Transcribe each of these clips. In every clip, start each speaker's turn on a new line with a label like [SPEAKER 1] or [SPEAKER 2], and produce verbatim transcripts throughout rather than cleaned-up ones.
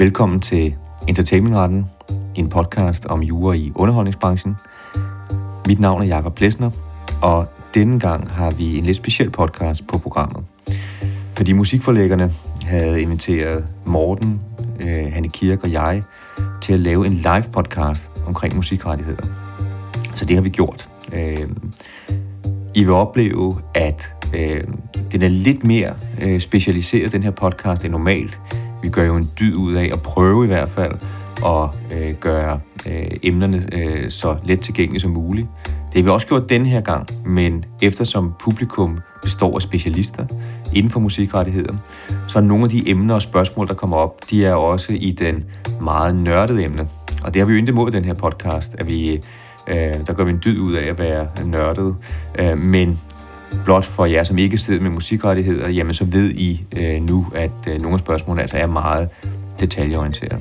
[SPEAKER 1] Velkommen til Entertainmentretten, en podcast om jura i underholdningsbranchen. Mit navn er Jakob Plesner, og denne gang har vi en lidt speciel podcast på programmet. Fordi musikforlæggerne havde inviteret Morten, øh, Hanne Kirk og jeg til at lave en live podcast omkring musikrettigheder. Så det har vi gjort. Øh, I vil opleve, at øh, den er lidt mere øh, specialiseret, den her podcast, end normalt. Vi gør jo en dyd ud af at prøve i hvert fald at øh, gøre øh, emnerne øh, så let tilgængelige som muligt. Det har vi også gjort denne her gang, men eftersom publikum består af specialister inden for musikrettigheder, så er nogle af de emner og spørgsmål, der kommer op, de er også i den meget nørdede emne. Og det har vi jo ikke imod den her podcast, at vi, øh, der gør vi en dyd ud af at være nørdet. Øh, men blot for jer, som ikke sidder med musikrettigheder, jamen så ved I øh, nu, at øh, nogle af spørgsmålene altså er meget detaljeorienteret.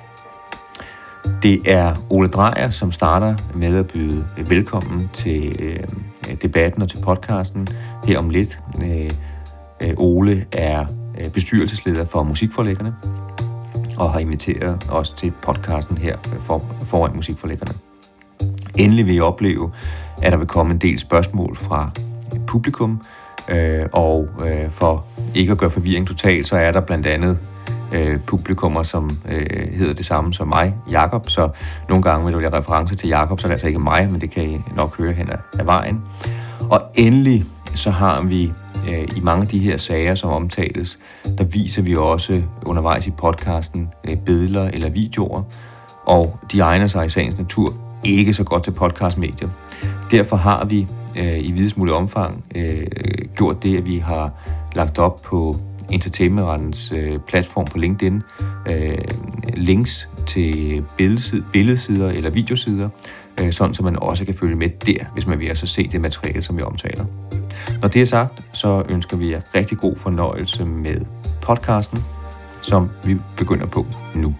[SPEAKER 1] Det er Ole Dreyer, som starter med at byde velkommen til øh, debatten og til podcasten her om lidt. Øh, øh, Ole er øh, bestyrelsesleder for musikforlæggerne og har inviteret os til podcasten her for, foran musikforlæggerne. Endelig vil I opleve, at der vil komme en del spørgsmål fra publikum, øh, og øh, for ikke at gøre forvirring totalt, så er der blandt andet øh, publikummer, som øh, hedder det samme som mig, Jakob, så nogle gange vil der være reference til Jakob, så er det altså ikke mig, men det kan I nok høre hen ad vejen. Og endelig så har vi øh, i mange af de her sager, som omtales, der viser vi også undervejs i podcasten øh, billeder eller videoer, og de egner sig i sagens natur ikke så godt til podcastmediet. Derfor har vi øh, i videst mulig omfang øh, gjort det, at vi har lagt op på Entertainmentrettens øh, platform på LinkedIn øh, links til billedsider, billedsider eller videosider, øh, sådan så man også kan følge med der, hvis man vil altså se det materiale, som vi omtaler. Når det er sagt, så ønsker vi jer rigtig god fornøjelse med podcasten, som vi begynder på nu.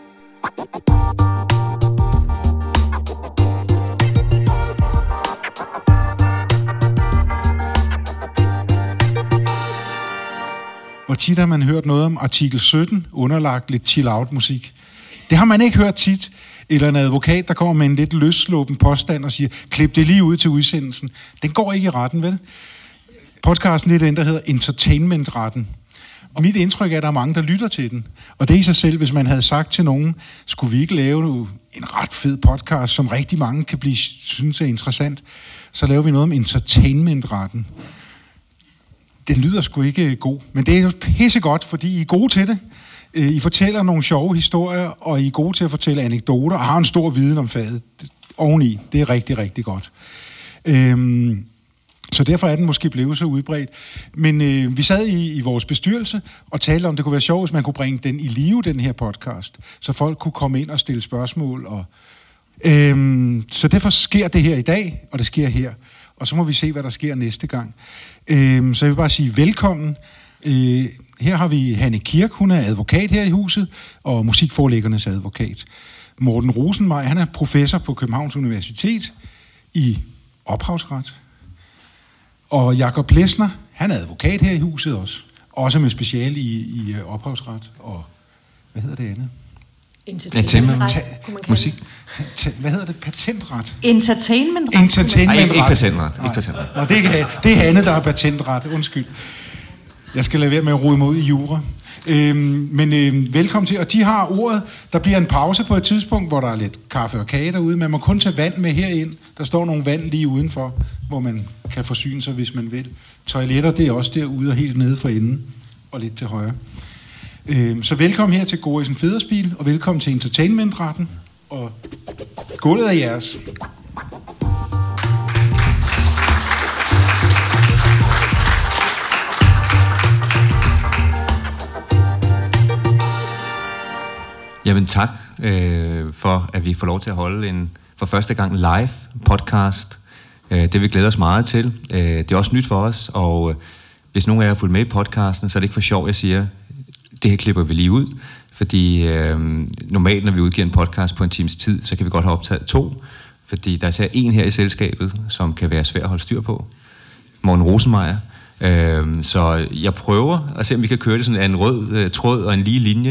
[SPEAKER 2] Hvor tit har man hørt noget om artikel sytten, underlagt lidt chill-out-musik. Det har man ikke hørt tit. Eller en advokat, der kommer med en lidt løsslåben påstand og siger, klip det lige ud til udsendelsen. Den går ikke i retten, vel? Podcasten er den, der hedder Entertainmentretten. Og mit indtryk er, at der er mange, der lytter til den. Og det er i sig selv, hvis man havde sagt til nogen, skulle vi ikke lave en ret fed podcast, som rigtig mange kan blive synes er interessant, så laver vi noget om Entertainmentretten. Den lyder sgu ikke god, men det er jo pissegodt, fordi I er gode til det. I fortæller nogle sjove historier, og I er gode til at fortælle anekdoter, og har en stor viden om faget oveni. Det er rigtig, rigtig godt. Øhm, så derfor er den måske blevet så udbredt. Men øh, vi sad i, i vores bestyrelse og talte om, det kunne være sjovt, hvis man kunne bringe den i live, den her podcast, så folk kunne komme ind og stille spørgsmål. Og, øhm, så derfor sker det her i dag, og det sker her. Og så må vi se, hvad der sker næste gang. Øhm, så jeg vil bare sige velkommen. Øh, her har vi Hanne Kirk, hun er advokat her i huset, og musikforlæggernes advokat. Morten Rosenmeier, han er professor på Københavns Universitet i ophavsret. Og Jakob Plesner, han er advokat her i huset også. Også med speciale i, i ophavsret og, hvad hedder det andet?
[SPEAKER 3] Entertainmentret, kunne man
[SPEAKER 2] musik. Hvad hedder det? Patentret?
[SPEAKER 3] Entertainmentret.
[SPEAKER 2] Entertainmentret.
[SPEAKER 4] Nej, ikke patentret. Ikke patentret.
[SPEAKER 2] Nå, det, er, det er Hanne, der har patentret. Undskyld. Jeg skal lade være med at rode mig ud i jura. Øhm, men øhm, velkommen til. Og de har ordet. Der bliver en pause på et tidspunkt, hvor der er lidt kaffe og kage derude. Man må kun tage vand med herind. Der står nogle vand lige udenfor, hvor man kan forsyne sig, hvis man vil. Toiletter, det er også derude og helt nede for enden. Og lidt til højre. Øhm, så velkommen her til Gorisen Federspil, og velkommen til Entertainmentretten. Og gulvet er jeres.
[SPEAKER 4] Jamen tak øh, for, at vi får lov til at holde en for første gang live podcast. Øh, det vil vi glæde os meget til. Øh, det er også nyt for os, og øh, hvis nogen af jer har fulgt med i podcasten, så er det ikke for sjov, jeg siger, det her klipper vi lige ud. Fordi øh, normalt, når vi udgiver en podcast på en times tid, så kan vi godt have optaget to. Fordi der er så en her i selskabet, som kan være svær at holde styr på. Morten Rosenmeier. Øh, så jeg prøver at se, om vi kan køre det sådan en rød øh, tråd og en lige linje.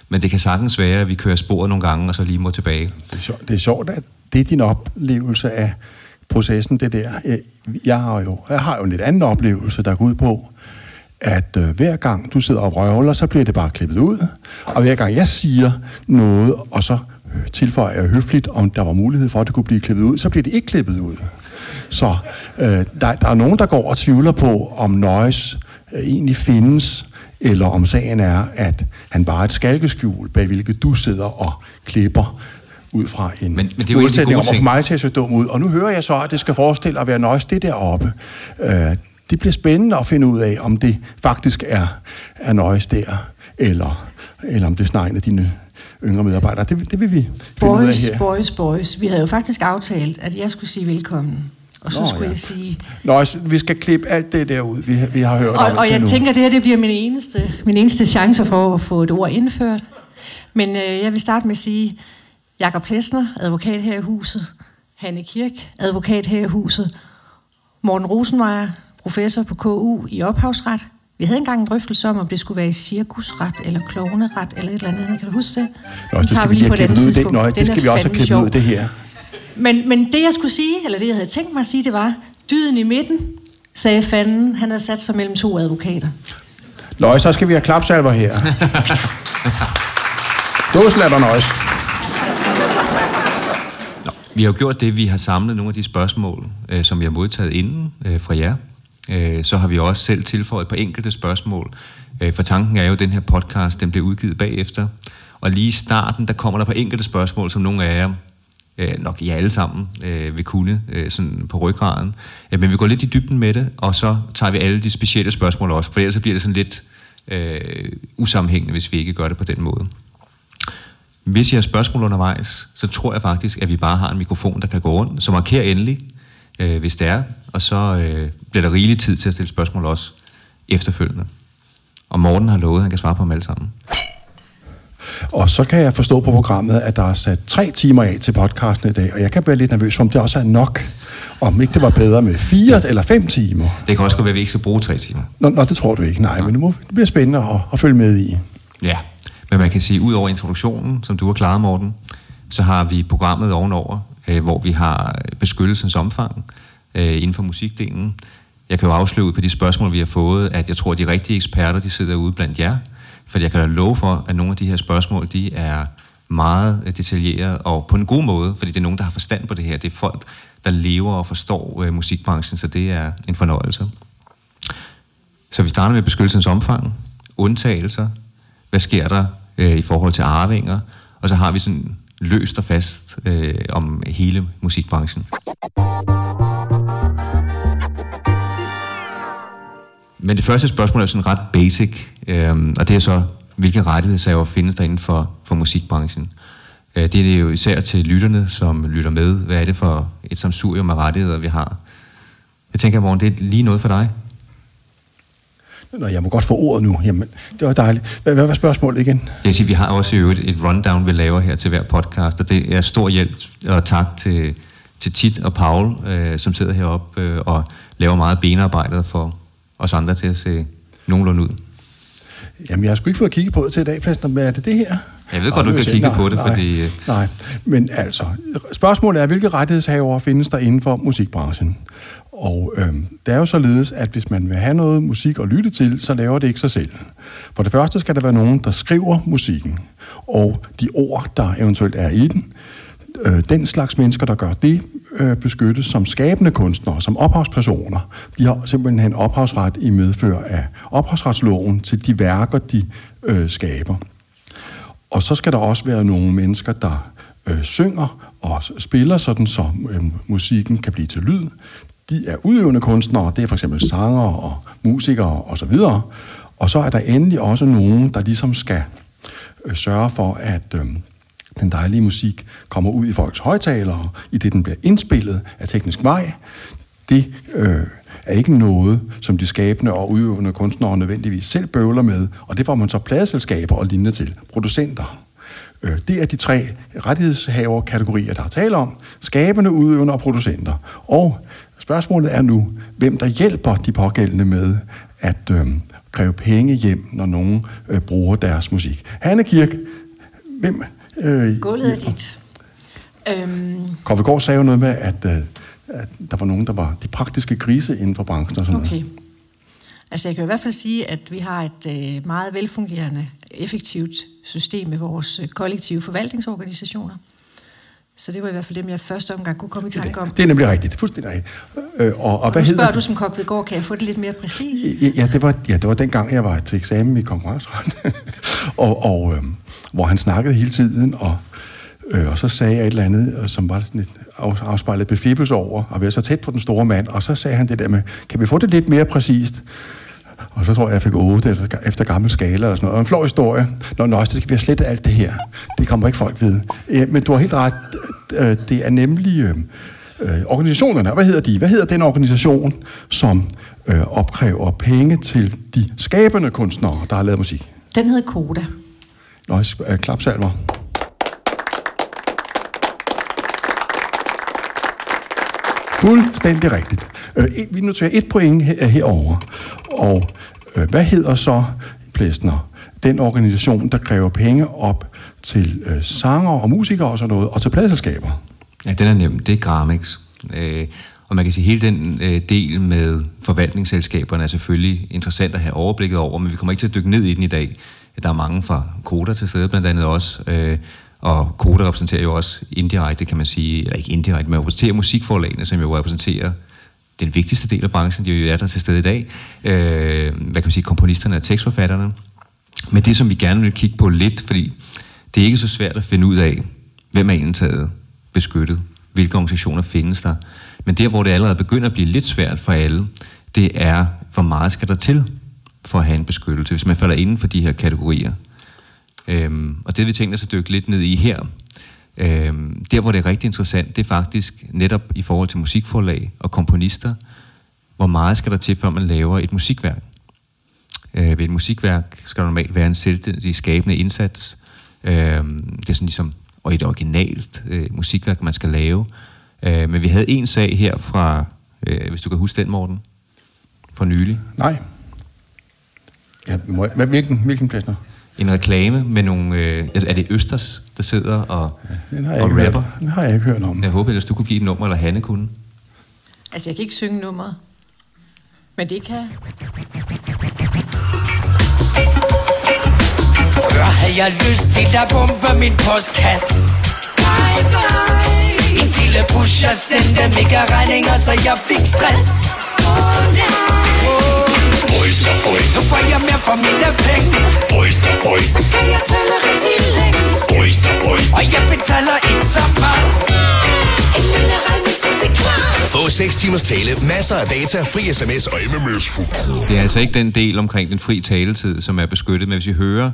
[SPEAKER 4] Men det kan sagtens være, at vi kører sporet nogle gange, og så lige må tilbage.
[SPEAKER 5] Det er sjovt, det er sjovt at det er din oplevelse af processen, det der. Jeg har jo, jeg har jo en lidt anden oplevelse, der går ud på, at øh, hver gang du sidder og røvler, så bliver det bare klippet ud. Og hver gang jeg siger noget, og så tilføjer jeg høfligt, om der var mulighed for, at det kunne blive klippet ud, så bliver det ikke klippet ud. Så øh, der, der er nogen, der går og tvivler på, om noise øh, egentlig findes, eller om sagen er, at han bare er et skalkeskjul, bag hvilket du sidder og klipper ud fra en
[SPEAKER 4] men, men det er målsætning
[SPEAKER 5] om at få mig til at se dum ud. Og nu hører jeg så, at det skal forestille at være noise, det deroppe. Øh, det bliver spændende at finde ud af, om det faktisk er, er noise der, eller, eller om det snart en af dine yngre medarbejdere. Det, det vil vi finde
[SPEAKER 3] boys,
[SPEAKER 5] ud af her.
[SPEAKER 3] Boys, boys. Vi havde jo faktisk aftalt, at jeg skulle sige velkommen. Og så Nå, skulle ja. jeg sige...
[SPEAKER 5] Nå, vi skal klippe alt det der ud, vi, vi har hørt
[SPEAKER 3] og,
[SPEAKER 5] om det
[SPEAKER 3] Og jeg
[SPEAKER 5] nu.
[SPEAKER 3] tænker, at det her det bliver min eneste, min eneste chance for at få et ord indført. Men øh, jeg vil starte med at sige, Jakob Plesner, advokat her i huset. Hanne Kirk, advokat her i huset. Morten Rosenmeier, professor på K U i ophavsret. Vi havde engang en drøftelse om, om det skulle være i cirkusret, eller klovneret, eller et eller andet. Kan du huske det?
[SPEAKER 5] Nå, det skal vi lige have klippet ud. Det, nøj, det skal vi også have klippet ud, det her.
[SPEAKER 3] Men, men det, jeg skulle sige, eller det, jeg havde tænkt mig at sige, det var, dyden i midten, sagde fanden, han havde sat sig mellem to advokater.
[SPEAKER 5] Løg, så skal vi have klapsalver her. Dåslatter nøjes.
[SPEAKER 4] Vi har jo gjort det, vi har samlet nogle af de spørgsmål, øh, som vi har modtaget inden øh, fra jer. Øh, så har vi også selv tilføjet på enkelte spørgsmål. Øh, for tanken er jo, at den her podcast, den bliver udgivet bagefter. Og lige i starten, der kommer der på enkelte spørgsmål, som nogle af jer, øh, nok I alle sammen, øh, vil kunne øh, sådan på ryggraden. Øh, men vi går lidt i dybden med det, og så tager vi alle de specielle spørgsmål også. For ellers så bliver det sådan lidt øh, usammenhængende, hvis vi ikke gør det på den måde. Hvis I har spørgsmål undervejs, så tror jeg faktisk, at vi bare har en mikrofon, der kan gå rundt. Så marker endelig, øh, hvis det er. Og så øh, bliver der rigelig tid til at stille spørgsmål også efterfølgende. Og Morten har lovet, at han kan svare på dem alle sammen.
[SPEAKER 5] Og så kan jeg forstå på programmet, at der er sat tre timer af til podcasten i dag. Og jeg kan være lidt nervøs for, om det også er nok. Om ikke det var bedre med fire eller fem timer.
[SPEAKER 4] Det kan også godt være, at vi ikke skal bruge tre timer.
[SPEAKER 5] Nå, nå det tror du ikke. Nej, ja. Men det, må, det bliver spændende at, at følge med i.
[SPEAKER 4] Ja. Men man kan sige, ud over introduktionen, som du har klaret, Morten, så har vi programmet ovenover, øh, hvor vi har beskyttelsens omfang øh, inden for musikdelen. Jeg kan jo afsløre ud på de spørgsmål, vi har fået, at jeg tror, at de rigtige eksperter, de sidder ude blandt jer. For jeg kan da love for, at nogle af de her spørgsmål, de er meget detaljeret og på en god måde, fordi det er nogen, der har forstand på det her. Det er folk, der lever og forstår øh, musikbranchen, så det er en fornøjelse. Så vi starter med beskyttelsens omfang, undtagelser. Hvad sker der øh, i forhold til arvinger? Og så har vi sådan løst og fast øh, om hele musikbranchen. Men det første spørgsmål er sådan ret basic, øh, og det er så, hvilke rettighedshaver findes der inden for, for musikbranchen? Øh, det er jo især til lytterne, som lytter med. Hvad er det for et sammensurium af rettigheder, vi har? Jeg tænker, Morten, det er lige noget for dig.
[SPEAKER 5] Nå, jeg må godt få ordet nu. Jamen, det var dejligt. Hvad, hvad var spørgsmålet igen?
[SPEAKER 4] Jeg vil sige, vi har også et, et rundown, vi laver her til hver podcast, og det er stor hjælp og tak til, til Tit og Paul, øh, som sidder heroppe øh, og laver meget benarbejdet for os andre til at se nogenlunde ud.
[SPEAKER 5] Jamen, jeg har sgu ikke fået kigget på det til i dag, Plesner, men er det det her?
[SPEAKER 4] Jeg ved godt, du ikke har kigget
[SPEAKER 5] nej,
[SPEAKER 4] på det,
[SPEAKER 5] nej,
[SPEAKER 4] fordi...
[SPEAKER 5] Nej, men altså, spørgsmålet er, hvilke rettighedshavere findes der inden for musikbranchen? Og øhm, det er jo således, at hvis man vil have noget musik at lytte til, så laver det ikke sig selv. For det første skal der være nogen, der skriver musikken, og de ord, der eventuelt er i den. Øh, den slags mennesker, der gør det, øh, beskyttes som skabende kunstnere, som ophavspersoner. De har simpelthen en ophavsret i medfør af ophavsretsloven til de værker, de øh, skaber. Og så skal der også være nogle mennesker, der øh, synger og spiller sådan, så øh, musikken kan blive til lyd. De er udøvende kunstnere, det er for eksempel sanger og musikere osv. Og så er der endelig også nogen, der ligesom skal øh, sørge for, at øh, den dejlige musik kommer ud i folks højttalere, i det den bliver indspillet af teknisk vej. Det øh, er ikke noget, som de skabende og udøvende kunstnere nødvendigvis selv bøvler med, og det får man så pladeselskaber og lignende til, producenter. Øh, det er de tre rettighedshaverkategorier, der er tale om, skabende, udøvende og producenter. Og spørgsmålet er nu, hvem der hjælper de pågældende med at øh, kræve penge hjem, når nogen øh, bruger deres musik. Hanne Kirk, hvem... Øh,
[SPEAKER 3] Gulvet er dit. Øhm...
[SPEAKER 5] Kåre sagde jo noget med, at, øh, at der var nogen, der var de praktiske grise inden for branchen og sådan
[SPEAKER 3] Okay.
[SPEAKER 5] noget.
[SPEAKER 3] Altså jeg kan i hvert fald sige, at vi har et øh, meget velfungerende, effektivt system med vores øh, kollektive forvaltningsorganisationer. Så det var i hvert fald dem, jeg første omgang kunne komme i tanke om.
[SPEAKER 5] Det er nemlig rigtigt. Fuldstændig rigtigt. Øh, og, og,
[SPEAKER 3] og
[SPEAKER 5] hvad
[SPEAKER 3] nu spørger
[SPEAKER 5] hedder
[SPEAKER 3] du som Kokvedgård, kan jeg få det lidt mere præcis?
[SPEAKER 5] Ja, det var, ja, det var dengang, jeg var til eksamen i konkurrenceret. og og øh, hvor han snakkede hele tiden, og, øh, og så sagde jeg et eller andet, som var sådan et afspejlet befippelse over, og være så tæt på den store mand, og så sagde han det der med, kan vi få det lidt mere præcist? Og så tror jeg, jeg fik otte efter, efter gammel skala og sådan noget. Og en flot historie. Nå, nå, så skal vi have slettet alt det her. Det kommer ikke folk ved. Ja, men du har helt ret. Det er nemlig øh, organisationerne. Hvad hedder de? Hvad hedder den organisation, som øh, opkræver penge til de skabende kunstnere, der har lavet musik?
[SPEAKER 3] Den hedder Koda.
[SPEAKER 5] Nå, øh, klapsalver. Fuldstændig rigtigt. Øh, vi noterer et point her, herover. Og øh, hvad hedder så, Plesner, den organisation, der kræver penge op til øh, sanger og musikere og sådan noget, og til pladeselskaber?
[SPEAKER 4] Ja, den er nem. Det er Gramex. Øh, og man kan sige, at hele den øh, del med forvaltningsselskaberne er selvfølgelig interessant at have overblikket over, men vi kommer ikke til at dykke ned i den i dag. Der er mange fra Koda til stede, blandt andet også. Øh, og Koda repræsenterer jo også indirekte, kan man sige, eller ikke indirekte, men repræsenterer musikforlagene, som jo repræsenterer den vigtigste del af branchen, de jo er der til stede i dag. Øh, hvad kan man sige, komponisterne og tekstforfatterne. Men det, som vi gerne vil kigge på lidt, fordi det er ikke så svært at finde ud af, hvem er indtaget beskyttet, hvilke organisationer findes der. Men der, hvor det allerede begynder at blive lidt svært for alle, det er, hvor meget skal der til for at have en beskyttelse, hvis man falder inden for de her kategorier. Øhm, og det vi tænker os at dykke lidt ned i her, øhm, der hvor det er rigtig interessant, det er faktisk netop i forhold til musikforlag og komponister, hvor meget skal der til, før man laver et musikværk. Øh, ved et musikværk skal der normalt være en selvstændig skabende indsats. Øh, det er sådan ligesom, og et originalt øh, musikværk, man skal lave. Øh, men vi havde en sag her fra, øh, hvis du kan huske den, Morten, for nylig.
[SPEAKER 5] Nej. Ja, hvilken, hvilken Plesner?
[SPEAKER 4] En reklame med nogle... Øh, altså er det Østers, der sidder og,
[SPEAKER 5] ja, den har jeg
[SPEAKER 4] og
[SPEAKER 5] ikke
[SPEAKER 4] rapper?
[SPEAKER 5] Hørt. Den har jeg ikke hørt om.
[SPEAKER 4] Jeg håber ellers, du kunne give et nummer, eller Hanne kunne.
[SPEAKER 3] Altså, jeg kan ikke synge nummeret. Men det kan...
[SPEAKER 6] Før havde jeg lyst til at bombe min postkasse. Bye, bye. En lille pusher sendte mega regninger, så jeg fik stress. Oh, nej. Oh.
[SPEAKER 7] Oyster, oy.
[SPEAKER 6] Nu får jeg mere for mine penge.
[SPEAKER 7] Oyster, oy.
[SPEAKER 6] Så kan jeg tale rigtig længe.
[SPEAKER 7] Oyster, oy.
[SPEAKER 6] Og jeg betaler ikke så meget. En lille regning, så det er klart.
[SPEAKER 7] Få seks timers tale, masser af data, fri sms og M M S.
[SPEAKER 4] Det er altså ikke den del omkring den fri taletid, som er beskyttet, men hvis vi hører,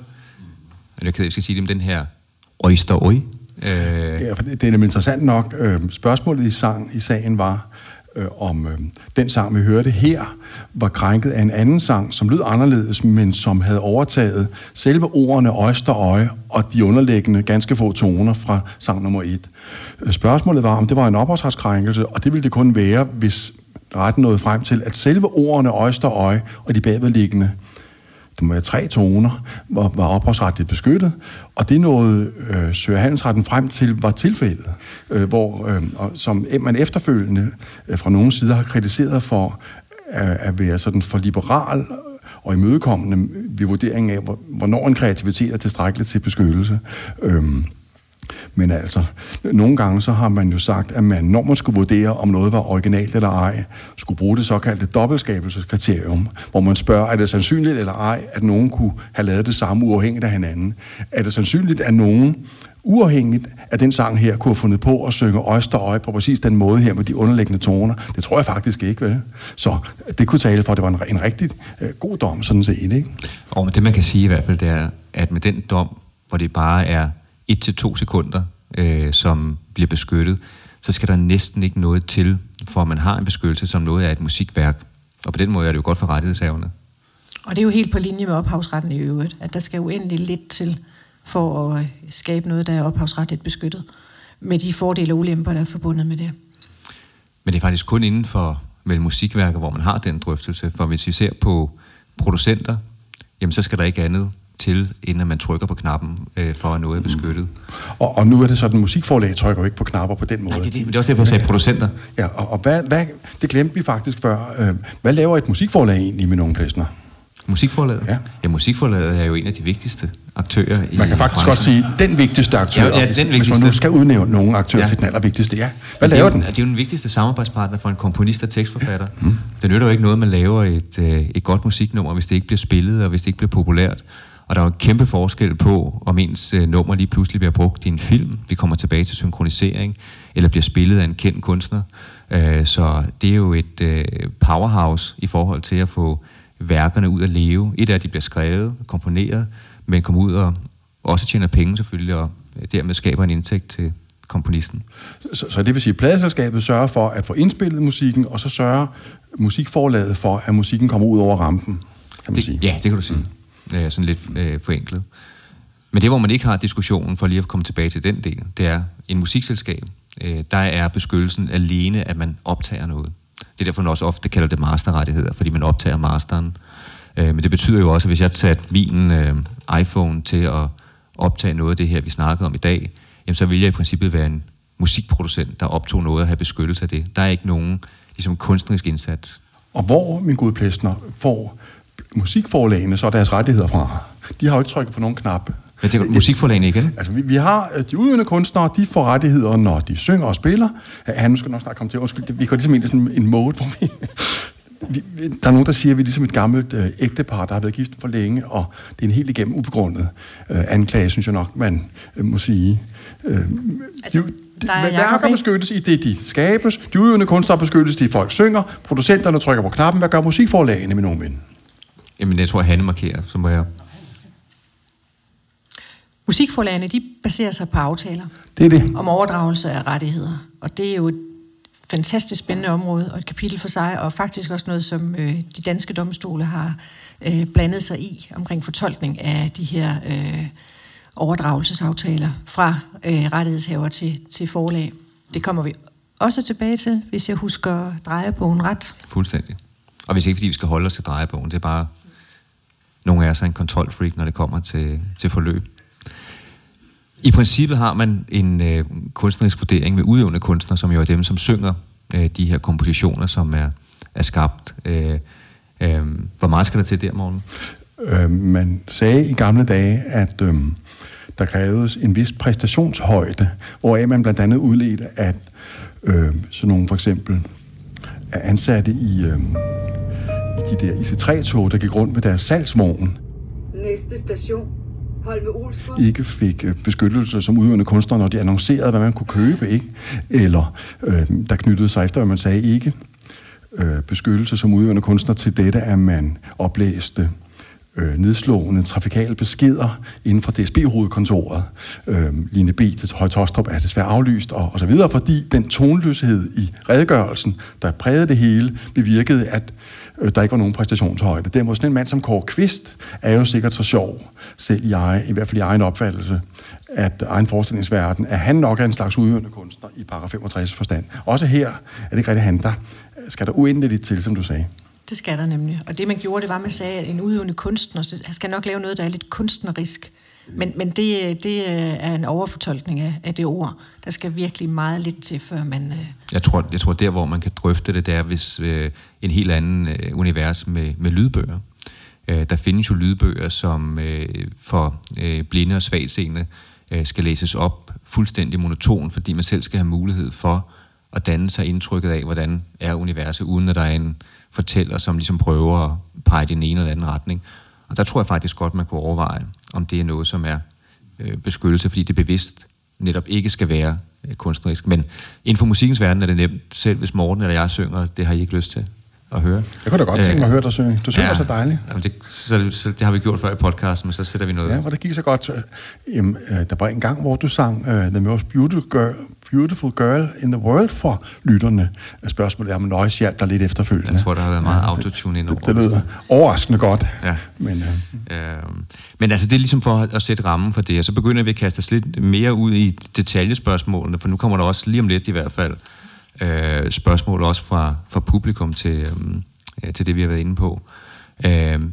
[SPEAKER 4] jeg kan skal sige det om den her Oyster, oy. Øh...
[SPEAKER 5] Ja, for det, det er nemlig interessant nok. Øh, spørgsmålet i, sang, i sagen var, øh, om øh, den sang, vi hørte her, var krænket af en anden sang, som lød anderledes, men som havde overtaget selve ordene Oyster, oy og de underliggende ganske få toner fra sang nummer et. Øh, spørgsmålet var, om det var en ophavsretskrænkelse, og det ville det kun være, hvis retten nåede frem til, at selve ordene Oyster, oy og de bagvedliggende, det må være tre toner, var, var ophavsretligt beskyttet, og det nåede øh, Søger Handelsretten frem til var tilfældet, øh, hvor, øh, og, som man efterfølgende øh, fra nogle sider har kritiseret for øh, at være sådan for liberal og imødekommende ved vurderingen af, hvornår en kreativitet er tilstrækkeligt til beskyttelse. Øh, Men altså, nogle gange så har man jo sagt, at man, når man skulle vurdere, om noget var originalt eller ej, skulle bruge det såkaldte dobbeltskabelseskriterium, hvor man spørger, er det sandsynligt eller ej, at nogen kunne have lavet det samme uafhængigt af hinanden? Er det sandsynligt, at nogen uafhængigt af den sang her kunne have fundet på at synge Oyster, oy på præcis den måde her med de underliggende toner? Det tror jeg faktisk ikke, vel? Så det kunne tale for, at det var en, en rigtig uh, god dom, sådan set, ikke?
[SPEAKER 4] Og det man kan sige i hvert fald, det er, at med den dom, hvor det bare er et til to sekunder, øh, som bliver beskyttet, så skal der næsten ikke noget til, for at man har en beskyttelse, som noget af et musikværk. Og på den måde er det jo godt for rettighedshaverne.
[SPEAKER 3] Og det er jo helt på linje med ophavsretten i øvrigt, at der skal uendelig lidt til for at skabe noget, der er ophavsretligt beskyttet, med de fordele og ulemper, der er forbundet med det.
[SPEAKER 4] Men det er faktisk kun inden for mellem musikværker, hvor man har den drøftelse, for hvis vi ser på producenter, jamen så skal der ikke andet til, inden at man trykker på knappen, øh, for at noget er beskyttet.
[SPEAKER 5] Mm. Og, og nu er det sådan, at musikforlag trykker jo ikke på knapper på den måde.
[SPEAKER 4] Nej, det, det, det er også derfor, jeg sagde producenter.
[SPEAKER 5] Ja, og, og hvad, hvad, det glemte vi faktisk før. Øh, hvad laver et musikforlag egentlig med nogle Plesner?
[SPEAKER 4] Musikforlaget?
[SPEAKER 5] Ja.
[SPEAKER 4] Ja, musikforlaget er jo en af de vigtigste aktører i
[SPEAKER 5] Man kan faktisk
[SPEAKER 4] branchen.
[SPEAKER 5] godt sige, den vigtigste aktør,
[SPEAKER 4] ja, ja, den vigtigste.
[SPEAKER 5] hvis man nu skal udnævne nogle aktører ja. til den allervigtigste. Ja. Hvad
[SPEAKER 4] ja,
[SPEAKER 5] laver
[SPEAKER 4] det er,
[SPEAKER 5] den?
[SPEAKER 4] Det er jo den vigtigste samarbejdspartner for en komponist og tekstforfatter. Mm. Det nytter jo ikke noget, man laver et, et godt musiknummer, hvis det ikke bliver spillet, og hvis det ikke bliver populært. Og der er jo en kæmpe forskel på, om ens nummer lige pludselig bliver brugt i en film, vi kommer tilbage til synkronisering, eller bliver spillet af en kendt kunstner. Så det er jo et powerhouse i forhold til at få værkerne ud at leve. Et er, at de bliver skrevet, komponeret, men kommer ud og også tjener penge selvfølgelig, og dermed skaber en indtægt til komponisten.
[SPEAKER 5] Så, så det vil sige, at pladeselskabet sørger for at få indspillet musikken, og så sørger musikforlaget for, at musikken kommer ud over rampen, kan man
[SPEAKER 4] det,
[SPEAKER 5] sige.
[SPEAKER 4] Ja, det kan du sige. Mm. Øh, sådan lidt øh, forenklet. Men det, hvor man ikke har diskussionen, for lige at komme tilbage til den del, det er en musikselskab. Øh, der er beskyttelsen alene, at man optager noget. Det er derfor, man også ofte kalder det masterrettigheder, fordi man optager masteren. Øh, men det betyder jo også, at hvis jeg tager min øh, iPhone til at optage noget af det her, vi snakkede om i dag, jamen, så vil jeg i princippet være en musikproducent, der optog noget og have beskyttelse af det. Der er ikke nogen ligesom, kunstnerisk indsats.
[SPEAKER 5] Og hvor, min gode Plesner, får musikforlagene så deres rettigheder fra? De har jo ikke trykket på nogen knap.
[SPEAKER 4] Jeg tænker, musikforlagene igen?
[SPEAKER 5] Altså, vi, vi har de udøvende kunstnere, de får rettigheder, når de synger og spiller. Han nu skal nok snart komme til. Undskyld, vi går ligesom ind i sådan en mode, hvor vi... vi der er nogen, der siger, at vi er ligesom et gammelt øh, ægtepar, der har været gift for længe, og det er en helt igennem ubegrundet øh, anklage, synes jeg nok, man øh, må sige. Øh,
[SPEAKER 3] altså,
[SPEAKER 5] de,
[SPEAKER 3] der er
[SPEAKER 5] værker beskyttes i det, de skabes. De udøvende kunstnere beskyttes, de folk synger. Producenterne trykker på knappen. Hvad gør musikforlagene med nogen mænd?
[SPEAKER 4] Jamen, jeg tror, at Hanne markerer, så må jeg...
[SPEAKER 3] Musikforlagene, de baserer sig på aftaler.
[SPEAKER 5] Det er det.
[SPEAKER 3] Om overdragelse af rettigheder. Og det er jo et fantastisk spændende område, og et kapitel for sig, og faktisk også noget, som øh, de danske domstole har øh, blandet sig i, omkring fortolkning af de her øh, overdragelsesaftaler fra øh, rettighedshaver til, til forlag. Det kommer vi også tilbage til, hvis jeg husker drejebogen ret.
[SPEAKER 4] Fuldstændig. Og hvis ikke, fordi vi skal holde os til drejebogen, det er bare nogle af os er en kontrolfreak, når det kommer til, til forløb. I princippet har man en øh, kunstnerisk vurdering med udøvende kunstnere, som jo er dem, som synger øh, de her kompositioner, som er, er skabt. Øh, øh, hvor meget skal der til der, Morten?
[SPEAKER 5] Øh, man sagde i gamle dage, at øh, der krævedes en vis præstationshøjde, hvoraf man blandt andet udledte, at øh, sådan nogle for eksempel er ansatte i, øh, i de der I C tre tog, der gik rundt med deres salgsvogn.
[SPEAKER 8] Næste station.
[SPEAKER 5] Ikke fik beskyttelse som udøvende kunstner, når de annoncerede, hvad man kunne købe, ikke? Eller øh, der knyttede sig efter, hvad man sagde, ikke øh, beskyttelse som udøvende kunstner til dette, at man oplæste øh, nedslående trafikale beskeder inden for D S B-hovedkontoret. Øh, Line B. til Høje Taastrup er desværre aflyst, og, og så videre, fordi den tonløshed i redegørelsen, der prægede det hele, bevirkede, at der ikke var nogen præstationshøjde. Derimod sådan en mand som Kåre Kvist er jo sikkert så sjov, selv i, egen, i hvert fald i egen opfattelse, at egen forestillingsverden, at han nok er en slags udøvende kunstner i paragraf femogtres forstand. Også her er det ikke rigtig han, der skal der uendeligt til, som du sagde.
[SPEAKER 3] Det skal der nemlig. Og det man gjorde, det var, at man sagde, at en udøvende kunstner, han skal nok lave noget, der er lidt kunstnerisk. Men, men det, det er en overfortolkning af, af det ord. Der skal virkelig meget lidt til, før man...
[SPEAKER 4] Jeg tror, jeg tror der, hvor man kan drøfte det, det er, hvis øh, en helt anden øh, univers med, med lydbøger. Øh, der findes jo lydbøger, som øh, for øh, blinde og svagtseende øh, skal læses op fuldstændig monoton, fordi man selv skal have mulighed for at danne sig indtrykket af, hvordan er universet, uden at der er en fortæller, som ligesom prøver at pege i den ene eller anden retning. Og der tror jeg faktisk godt, man kunne overveje, om det er noget, som er øh, beskyttelse, fordi det bevidst netop ikke skal være øh, kunstnerisk. Men inden for musikkens verden er det nemt, selv hvis Morten eller jeg synger, det har I ikke lyst til at høre.
[SPEAKER 5] Jeg kunne da godt tænke mig at høre dig synge. Du synger
[SPEAKER 4] ja,
[SPEAKER 5] så dejligt.
[SPEAKER 4] Jamen det, så, så det har vi gjort før i podcasten, men så sætter vi noget.
[SPEAKER 5] Ja, hvor det gik så godt. Jamen, der var en gang, hvor du sang uh, The Most Beautiful Girl, Beautiful Girl in the World for lytterne. Spørgsmålet er, om Noise hjalp der lidt efterfølgende.
[SPEAKER 4] Jeg tror, der har været meget ja, autotune ind over.
[SPEAKER 5] Det, det lyder overraskende godt.
[SPEAKER 4] Ja.
[SPEAKER 5] Men, uh...
[SPEAKER 4] øh, men altså, det er ligesom for at sætte rammen for det, og så begynder vi at kaste os lidt mere ud i detaljespørgsmålene, for nu kommer der også lige om lidt i hvert fald øh, spørgsmål også fra, fra publikum til, øh, til det, vi har været inde på. Øh,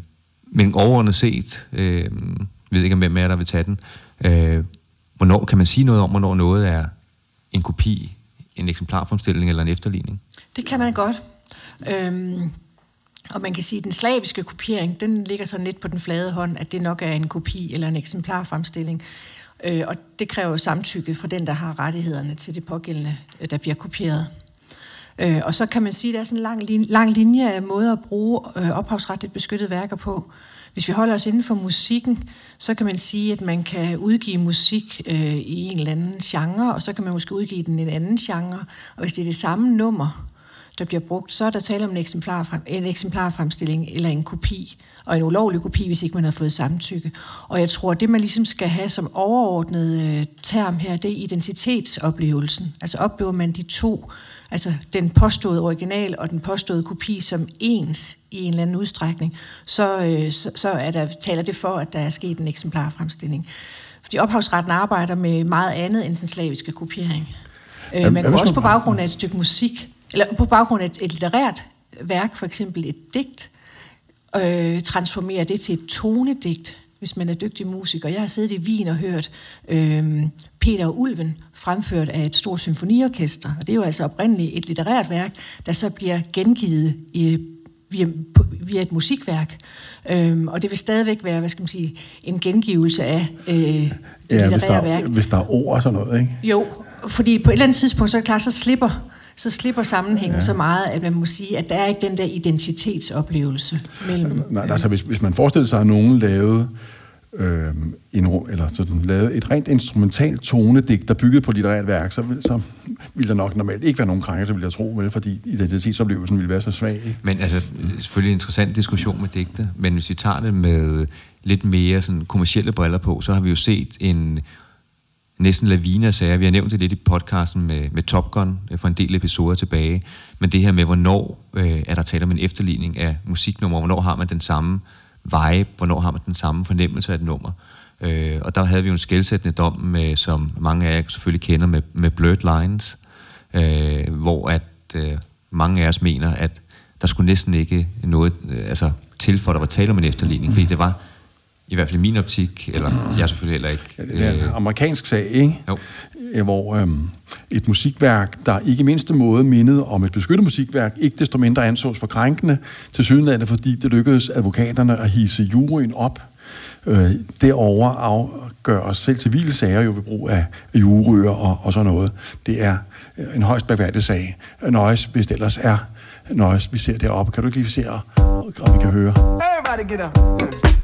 [SPEAKER 4] men overordnet set, øh, ved ikke, hvem er der vil tage den, øh, hvornår kan man sige noget om, hvornår noget er en kopi, en eksemplarfremstilling eller en efterligning?
[SPEAKER 3] Det kan man godt. Øhm, og man kan sige, at den slaviske kopiering, den ligger sådan lidt på den flade hånd, at det nok er en kopi eller en eksemplarfremstilling. Øh, og det kræver samtykke fra den, der har rettighederne til det pågældende, der bliver kopieret. Øh, og så kan man sige, at der er sådan en lang, lin- lang linje af måder at bruge øh, ophavsretligt beskyttede værker på. Hvis vi holder os inden for musikken, så kan man sige, at man kan udgive musik øh, i en eller anden genre, og så kan man måske udgive den i en anden genre. Og hvis det er det samme nummer, der bliver brugt, så er der tale om en, eksemplar, en eksemplarfremstilling eller en kopi, og en ulovlig kopi, hvis ikke man har fået samtykke. Og jeg tror, at det man ligesom skal have som overordnet øh, term her, det er identitetsoplevelsen. Altså oplever man de to, altså den påståede original og den påståede kopi som ens i en eller anden udstrækning, så, øh, så, så er der, taler det for, at der er sket en eksemplarfremstilling. Fordi ophavsretten arbejder med meget andet end den slaviske kopiering. Øh, man kan også på baggrund af et stykke musik, eller på baggrund af et, et litterært værk, for eksempel et digt, øh, transformere det til et tonedigt, hvis man er dygtig musiker. Jeg har siddet i Wien og hørt øh, Peter og Ulven fremført af et stort symfoniorkester, og det er jo altså oprindeligt et litterært værk, der så bliver gengivet i, via, via et musikværk. Øh, og det vil stadigvæk være, hvad skal man sige, en gengivelse af øh, det
[SPEAKER 5] ja,
[SPEAKER 3] litterære
[SPEAKER 5] hvis der,
[SPEAKER 3] værk.
[SPEAKER 5] Hvis der er ord og sådan noget, ikke?
[SPEAKER 3] Jo, fordi på et eller andet tidspunkt, så er det klart, så slipper så slipper sammenhængen ja. så meget, at man må sige, at der er ikke den der identitetsoplevelse mellem...
[SPEAKER 5] Nej, altså hvis, hvis man forestiller sig, at nogen lavede, øh, en, eller sådan, lavede et rent instrumentalt tonedigt, der byggede på litterært værk, så, så ville der nok normalt ikke være nogen krænkelse, vil jeg tro, vel, fordi identitetsoplevelsen ville være så svag. Ikke?
[SPEAKER 4] Men altså, selvfølgelig en interessant diskussion med digte, men hvis vi tager det med lidt mere sådan kommercielle briller på, så har vi jo set en næsten lavine af sager. Vi har nævnt det lidt i podcasten med, med Top Gun for en del episoder tilbage. Men det her med, hvornår øh, er der tale om en efterligning af musiknummer, hvornår har man den samme vibe, hvornår har man den samme fornemmelse af et nummer. Øh, og der havde vi jo en skelsættende dom, med, som mange af jer selvfølgelig kender, med, med Blurred Lines, øh, hvor at øh, mange af os mener, at der skulle næsten ikke noget øh, altså, til, for der var tale om en efterligning, fordi det var i hvert fald i min optik, eller jeg selvfølgelig heller ikke.
[SPEAKER 5] Ja, det er en amerikansk sag, ikke?
[SPEAKER 4] Jo.
[SPEAKER 5] Hvor øhm, et musikværk, der ikke i mindste måde mindede om et beskyttet musikværk, ikke desto mindre ansås for krænkende, til sydenlandet, fordi det lykkedes advokaterne at hisse juryen op. Øh, derover afgør selv civile sager jo ved brug af juryer og, og sådan noget. Det er en højst beværdig sag. Nøjes, hvis det ellers er nøjes, vi ser deroppe. Kan du ikke lige se, og, og vi kan høre?
[SPEAKER 6] Everybody get up.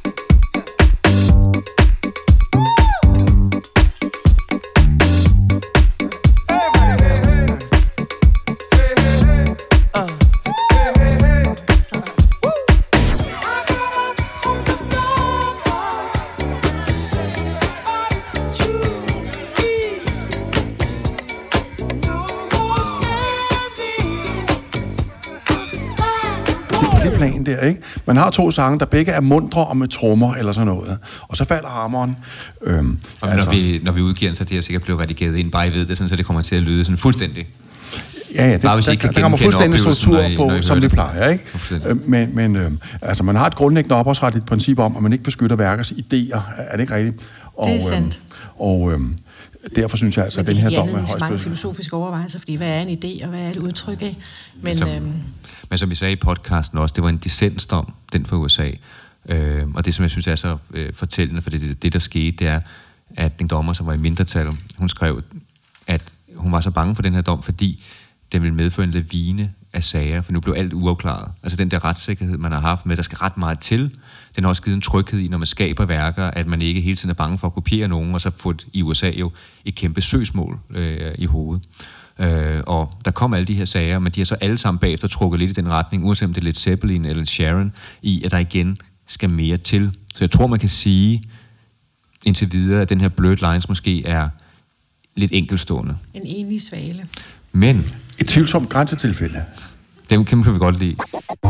[SPEAKER 5] Plan der, ikke? Man har to sange, der begge er mundre og med trommer eller sådan noget. Og så falder hammeren. Øhm,
[SPEAKER 4] og altså, når, vi, når vi udgiver den, så det er sikkert blevet redigeret ind, bare I ved det, sådan, så det kommer til at lyde sådan fuldstændig.
[SPEAKER 5] Ja, ja, det,
[SPEAKER 4] bare,
[SPEAKER 5] der, der, der kommer fuldstændig struktur
[SPEAKER 4] når I,
[SPEAKER 5] på,
[SPEAKER 4] når I
[SPEAKER 5] som det
[SPEAKER 4] det.
[SPEAKER 5] plejer, ikke? Øh, men men øh, altså, man har et grundlæggende ophavsretligt princip om, at man ikke beskytter værkers idéer. Er det ikke rigtigt? Og,
[SPEAKER 3] det er sandt.
[SPEAKER 5] Øh, og øh, derfor synes jeg altså, at den her dom er højst.
[SPEAKER 3] Det er mange filosofiske overvejelser, fordi hvad er en idé, og hvad er et udtryk af? Men,
[SPEAKER 4] som,
[SPEAKER 3] øhm,
[SPEAKER 4] men som vi sagde i podcasten også, det var en dissensdom, den fra U S A. Øh, og det, som jeg synes er så øh, fortællende, for det, det, det, der skete, det er, at den dommer, som var i mindretal, hun skrev, at hun var så bange for den her dom, fordi den ville medføre en lavine af sager, for nu blev alt uafklaret. Altså den der retssikkerhed, man har haft med, der skal ret meget til, den har også givet en tryghed i, når man skaber værker, at man ikke hele tiden er bange for at kopiere nogen, og så få et, i U S A jo et kæmpe søgsmål øh, i hovedet. Øh, og der kom alle de her sager, men de har så alle sammen bagefter trukket lidt i den retning, uanset om det er Led Zeppelin eller Sharon, i at der igen skal mere til. Så jeg tror, man kan sige indtil videre, at den her Blurred Lines måske er lidt enkeltstående.
[SPEAKER 3] En enlig svale.
[SPEAKER 4] Men
[SPEAKER 5] et tvivlsomt grænsetilfælde.
[SPEAKER 4] Dem kan vi godt lide.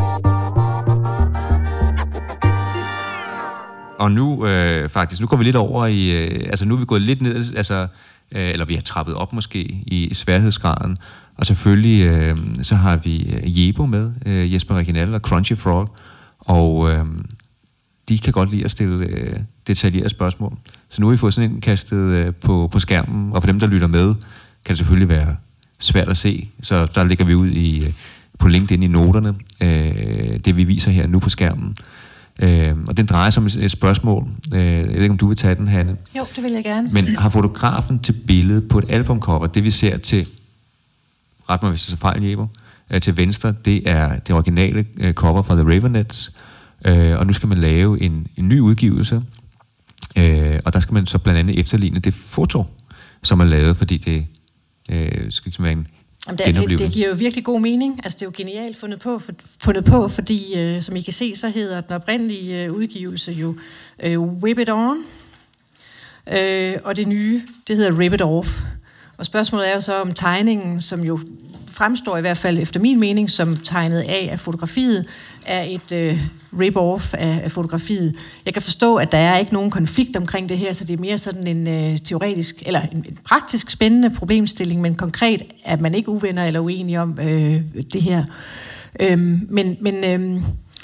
[SPEAKER 4] Og nu øh, faktisk, nu går vi lidt over i, øh, altså nu er vi gået lidt ned, altså, øh, eller vi har trappet op måske i, i sværhedsgraden, og selvfølgelig øh, så har vi Jebo med, øh, Jesper Reginald og Crunchy Frog, og øh, de kan godt lide at stille øh, detaljerede spørgsmål. Så nu har vi fået sådan en kastet øh, på, på skærmen, og for dem, der lytter med, kan det selvfølgelig være svært at se. Så der lægger vi ud i, på LinkedIn i noterne, øh, det vi viser her nu på skærmen. Øh, og den drejer sig om et spørgsmål. Øh, jeg ved ikke, om du vil tage den, Hanne?
[SPEAKER 3] Jo, det vil jeg gerne.
[SPEAKER 4] Men har fotografen til billedet på et albumcover, det vi ser til, ret mig hvis jeg så fejl, Jeppe, øh, til venstre, det er det originale øh, cover fra The Raveonettes, øh, og nu skal man lave en, en ny udgivelse, øh, og der skal man så blandt andet efterligne det foto, som er lavet, fordi det øh, skal være en
[SPEAKER 3] Jamen, det, det, det giver jo virkelig god mening. Altså, det er jo genialt fundet på, for, fundet på fordi, øh, som I kan se, så hedder den oprindelige øh, udgivelse jo øh, Whip It On, øh, og det nye, det hedder Rip It Off. Og spørgsmålet er jo så om tegningen, som jo fremstår i hvert fald efter min mening som tegnet af af fotografiet, er et øh, rip-off af, af fotografiet. Jeg kan forstå, at der er ikke nogen konflikt omkring det her, så det er mere sådan en øh, teoretisk, eller en, en praktisk spændende problemstilling, men konkret er man ikke uvenner eller uenige om øh, det her. Øhm, men men øh,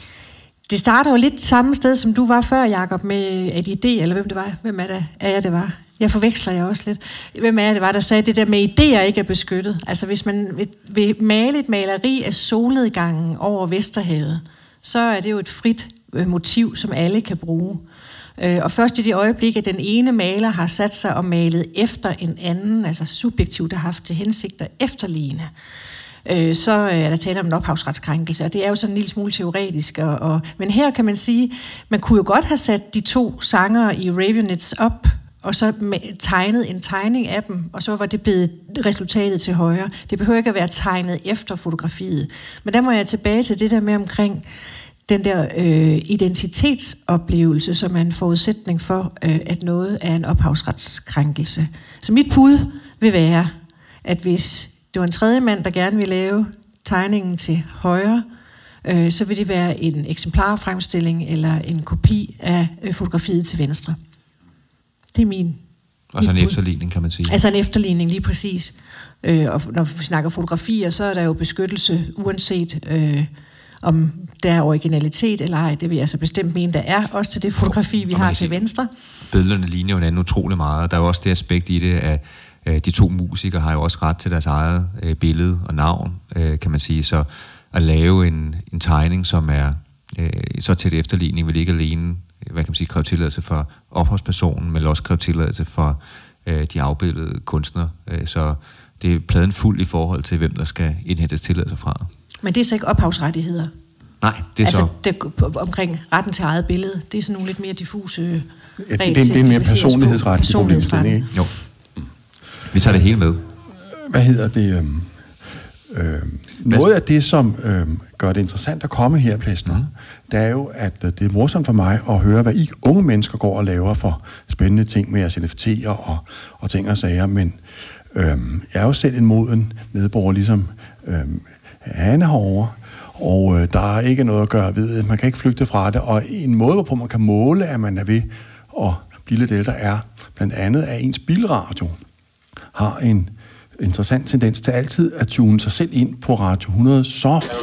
[SPEAKER 3] det starter jo lidt samme sted, som du var før, Jacob, med et idé, eller hvem det var, hvem er det, er jeg det var? Jeg forveksler jeg også lidt. Hvem er det var, der sagde, det der med idéer ikke er beskyttet? Altså hvis man vil, vil male et maleri af solnedgangen over Vesterhavet, så er det jo et frit øh, motiv, som alle kan bruge. Øh, og først i det øjeblik, at den ene maler har sat sig og malet efter en anden, altså subjektivt har haft til hensigt at efterligne, øh, så er der tale om en ophavsretskrænkelse, og det er jo sådan en lille smule teoretisk. Og, og, men her kan man sige, man kunne jo godt have sat de to sangere i Raveonettes op, og så tegnet en tegning af dem, og så var det blevet resultatet til højre. Det behøver ikke at være tegnet efter fotografiet. Men der må jeg tilbage til det der med omkring den der øh, identitetsoplevelse, som er en forudsætning for, øh, at noget er en ophavsretskrænkelse. Så mit bud vil være, at hvis det var en tredje mand, der gerne vil lave tegningen til højre, øh, så vil det være en eksemplarfremstilling eller en kopi af øh, fotografiet til venstre. Det er min...
[SPEAKER 4] Altså en efterligning, kan man sige.
[SPEAKER 3] Altså en efterligning, lige præcis. Øh, og når vi snakker fotografier, så er der jo beskyttelse, uanset øh, om der er originalitet eller ej. Det vil jeg så bestemt mene, der er, også til det fotografi, vi har til venstre.
[SPEAKER 4] Billederne ligner jo hinanden utrolig meget. Der er jo også det aspekt i det, at øh, de to musikere har jo også ret til deres eget øh, billede og navn, øh, kan man sige. Så at lave en, en tegning, som er øh, så tæt efterligning, vil ikke alene... hvad kan man sige, kræve tilladelse for ophavspersonen, men også kræve tilladelse for øh, de afbildede kunstnere. Øh, så det er pladen fuld i forhold til, hvem der skal indhentes tilladelse fra.
[SPEAKER 3] Men det er så ikke ophavsrettigheder?
[SPEAKER 4] Nej, det er
[SPEAKER 3] altså,
[SPEAKER 4] så...
[SPEAKER 3] Altså omkring retten til eget billede, det er sådan nogle lidt mere diffuse
[SPEAKER 5] ja, det, det, det er mere personlighedsretlige problemstilling.
[SPEAKER 4] Jo. Vi tager det hele med.
[SPEAKER 5] Hvad hedder det? Øhm, øhm, noget af det, som øhm, gør det interessant at komme her, Plesner, mm. det er jo, at det er morsomt for mig at høre, hvad I unge mennesker går og laver for spændende ting med jeres N F T'er og, og ting og sager, men øhm, jeg er jo selv en moden medborger, ligesom øhm, Hanne herovre, og øh, der er ikke noget at gøre ved. Man kan ikke flygte fra det, og en måde, hvorpå man kan måle, at man er ved at blive lidt ældre, er blandt andet, at ens bilradio har en interessant tendens til altid at tune sig selv ind på Radio hundrede Soft,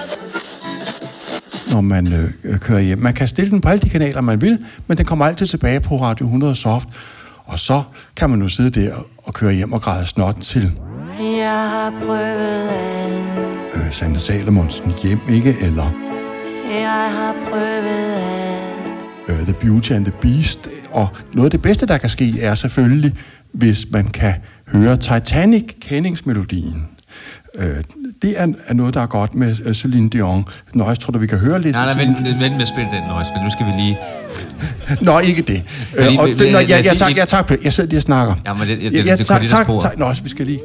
[SPEAKER 5] når man øh, kører hjem. Man kan stille den på alle de kanaler, man vil, men den kommer altid tilbage på Radio hundrede Soft, og så kan man nu sidde der og køre hjem og græde snot til.
[SPEAKER 9] Jeg har prøvet alt.
[SPEAKER 5] Øh, Sanne Salomonsen hjem, ikke? Eller...
[SPEAKER 9] Jeg har prøvet alt.
[SPEAKER 5] Øh, The Beauty and the Beast. Og noget af det bedste, der kan ske, er selvfølgelig, hvis man kan høre Titanic-kendingsmelodien. Øh, det er, er noget, der er godt med uh, Celine Dion. Nå, jeg tror du, vi kan høre lidt.
[SPEAKER 4] Nej, nej, vent, vent med at spille den, Nøjes, for nu skal vi lige...
[SPEAKER 5] Nå, ikke det. Øh, og det, nå, jeg, jeg, jeg, tager, jeg tager på Jeg sidder lige og snakker.
[SPEAKER 4] Ja, men det, det,
[SPEAKER 5] jeg,
[SPEAKER 4] det, det, det
[SPEAKER 5] tager, tager, Nå, vi skal lige...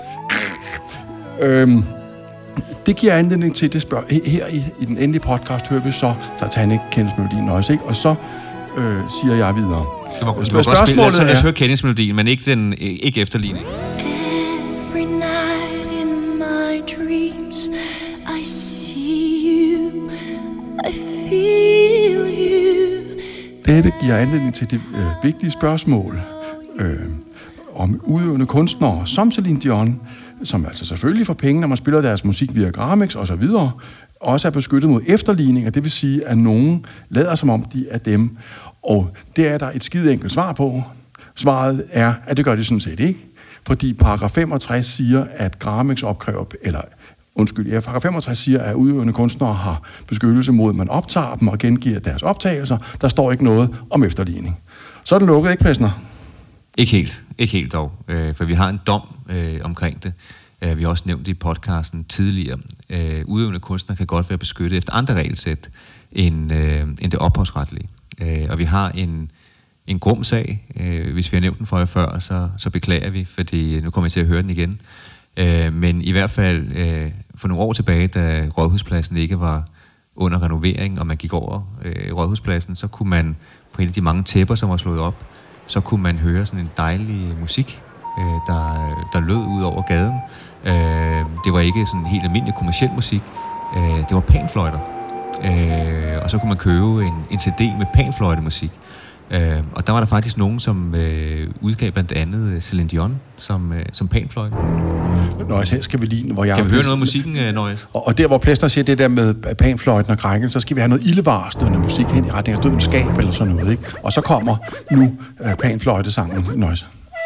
[SPEAKER 5] Øhm, det giver anledning til det spørg... Her i, i den endelige podcast hører vi så Titanic-kendingsmelodien Nøjes, ikke? Og så øh, siger jeg videre.
[SPEAKER 4] Du må, du må godt spille, lad os, lad os høre kendingsmelodien, men ikke, den, ikke efterligning.
[SPEAKER 9] Every night in my dreams I see you, I feel you.
[SPEAKER 5] Dette giver anledning til det øh, vigtige spørgsmål. Øh, om udøvende kunstnere som Celine Dion, som altså selvfølgelig får penge, når man spiller deres musik via Gramex og så videre, også er beskyttet mod efterligninger, det vil sige, at nogen lader som om de er dem. Og det er der et skide enkelt svar på. Svaret er, at det gør de sådan set ikke, fordi paragraf femogtres siger, at Gramex opkræver, eller undskyld, ja, paragraf femogtres siger, at udøvende kunstnere har beskyttelse mod, at man optager dem og gengiver deres optagelser. Der står ikke noget om efterligning. Så er den lukket, ikke Plesner?
[SPEAKER 4] Ikke helt, ikke helt dog, øh, for vi har en dom øh, omkring det. Vi har også nævnt det i podcasten tidligere. Øh, udøvende kunstnere kan godt være beskyttet efter andre regelsæt end, øh, end det ophavsretlige. Øh, og vi har en, en grum sag. Øh, hvis vi har nævnt den for jer før, så, så beklager vi, fordi nu kommer jeg til at høre den igen. Øh, men i hvert fald øh, for nogle år tilbage, da Rådhuspladsen ikke var under renovering, og man gik over øh, Rådhuspladsen, så kunne man på en af de mange tæpper, som var slået op, så kunne man høre sådan en dejlig musik, øh, der, der lød ud over gaden. Øh, det var ikke sådan helt almindelig kommerciel musik. Øh, det var panfløjter. Øh, og så kunne man købe en, en C D med panfløjtemusik. Øh, og der var der faktisk nogen, som øh, udgav blandt andet Celine Dion som, øh, som panfløjte.
[SPEAKER 5] Nøjes, her skal vi lige... Hvor jeg
[SPEAKER 4] kan vi høre noget af musikken, øh, Nøjes?
[SPEAKER 5] Og, og der, hvor Plesner siger det der med panfløjten og krænken, så skal vi have noget ildevarslende musik hen i retning af dødens skab eller sådan noget, ikke? Og så kommer nu øh, panfløjtesangen, Nøjes.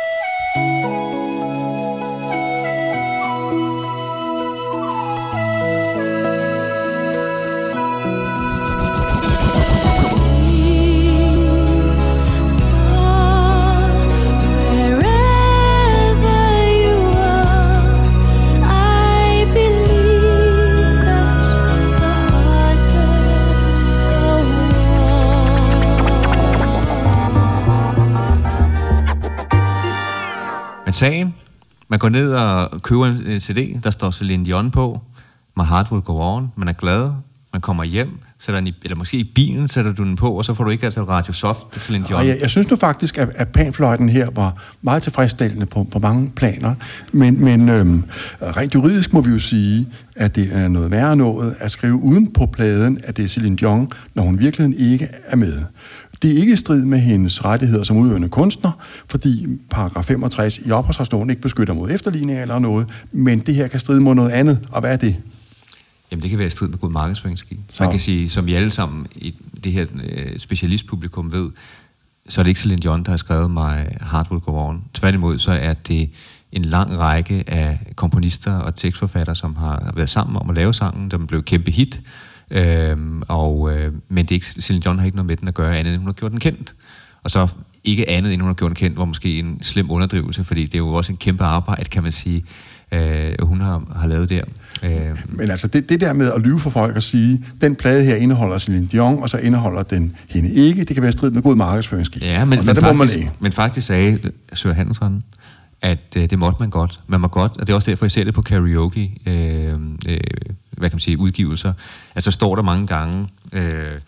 [SPEAKER 4] Sagen. Man går ned og køber en C D, der står Celine Dion på. My Heart Will Go On. Man er glad. Man kommer hjem, sætter den i, eller måske i bilen sætter du den på, og så får du ikke altså Radio Soft Celine Dion.
[SPEAKER 5] Jeg, jeg synes nu faktisk, at, at panfløjten her var meget tilfredsstillende på, på mange planer. Men, men øhm, rent juridisk må vi jo sige, at det er noget værre noget at skrive uden på pladen, at det er Celine Dion, når hun virkelig ikke er med. Det er ikke i strid med hendes rettigheder som udøvende kunstner, fordi paragraf femogtres i ophavsretsloven ikke beskytter mod efterligning eller noget, men det her kan stride mod noget andet, og hvad er det?
[SPEAKER 4] Jamen det kan være i strid med god markedsføringsskik. Man kan sige, som vi alle sammen i det her øh, specialistpublikum ved, så er det ikke Celine Dion, der har skrevet My Heart Will Go On. Tværtimod så er det en lang række af komponister og tekstforfattere, som har været sammen om at lave sangen, der blev kæmpe hit. Øhm, og, øh, men det er ikke, Celine Dion har ikke noget med den at gøre andet, end hun har gjort den kendt. Og så ikke andet, end hun har gjort den kendt, var måske en slem underdrivelse, fordi det er jo også en kæmpe arbejde, kan man sige, øh, hun har, har lavet der. Øh.
[SPEAKER 5] Men altså det, det der med at lyve for folk og sige, den plade her indeholder Celine Dion, og så indeholder den hende ikke, det kan være strid med god markedsføringsskik.
[SPEAKER 4] Ja, men, men, faktisk, men faktisk sagde Søren Handelsranden, at øh, det måtte man godt. Man må godt, og det er også derfor, jeg ser det på karaoke, øh, øh, hvad kan man sige, udgivelser. Altså står der mange gange, øh,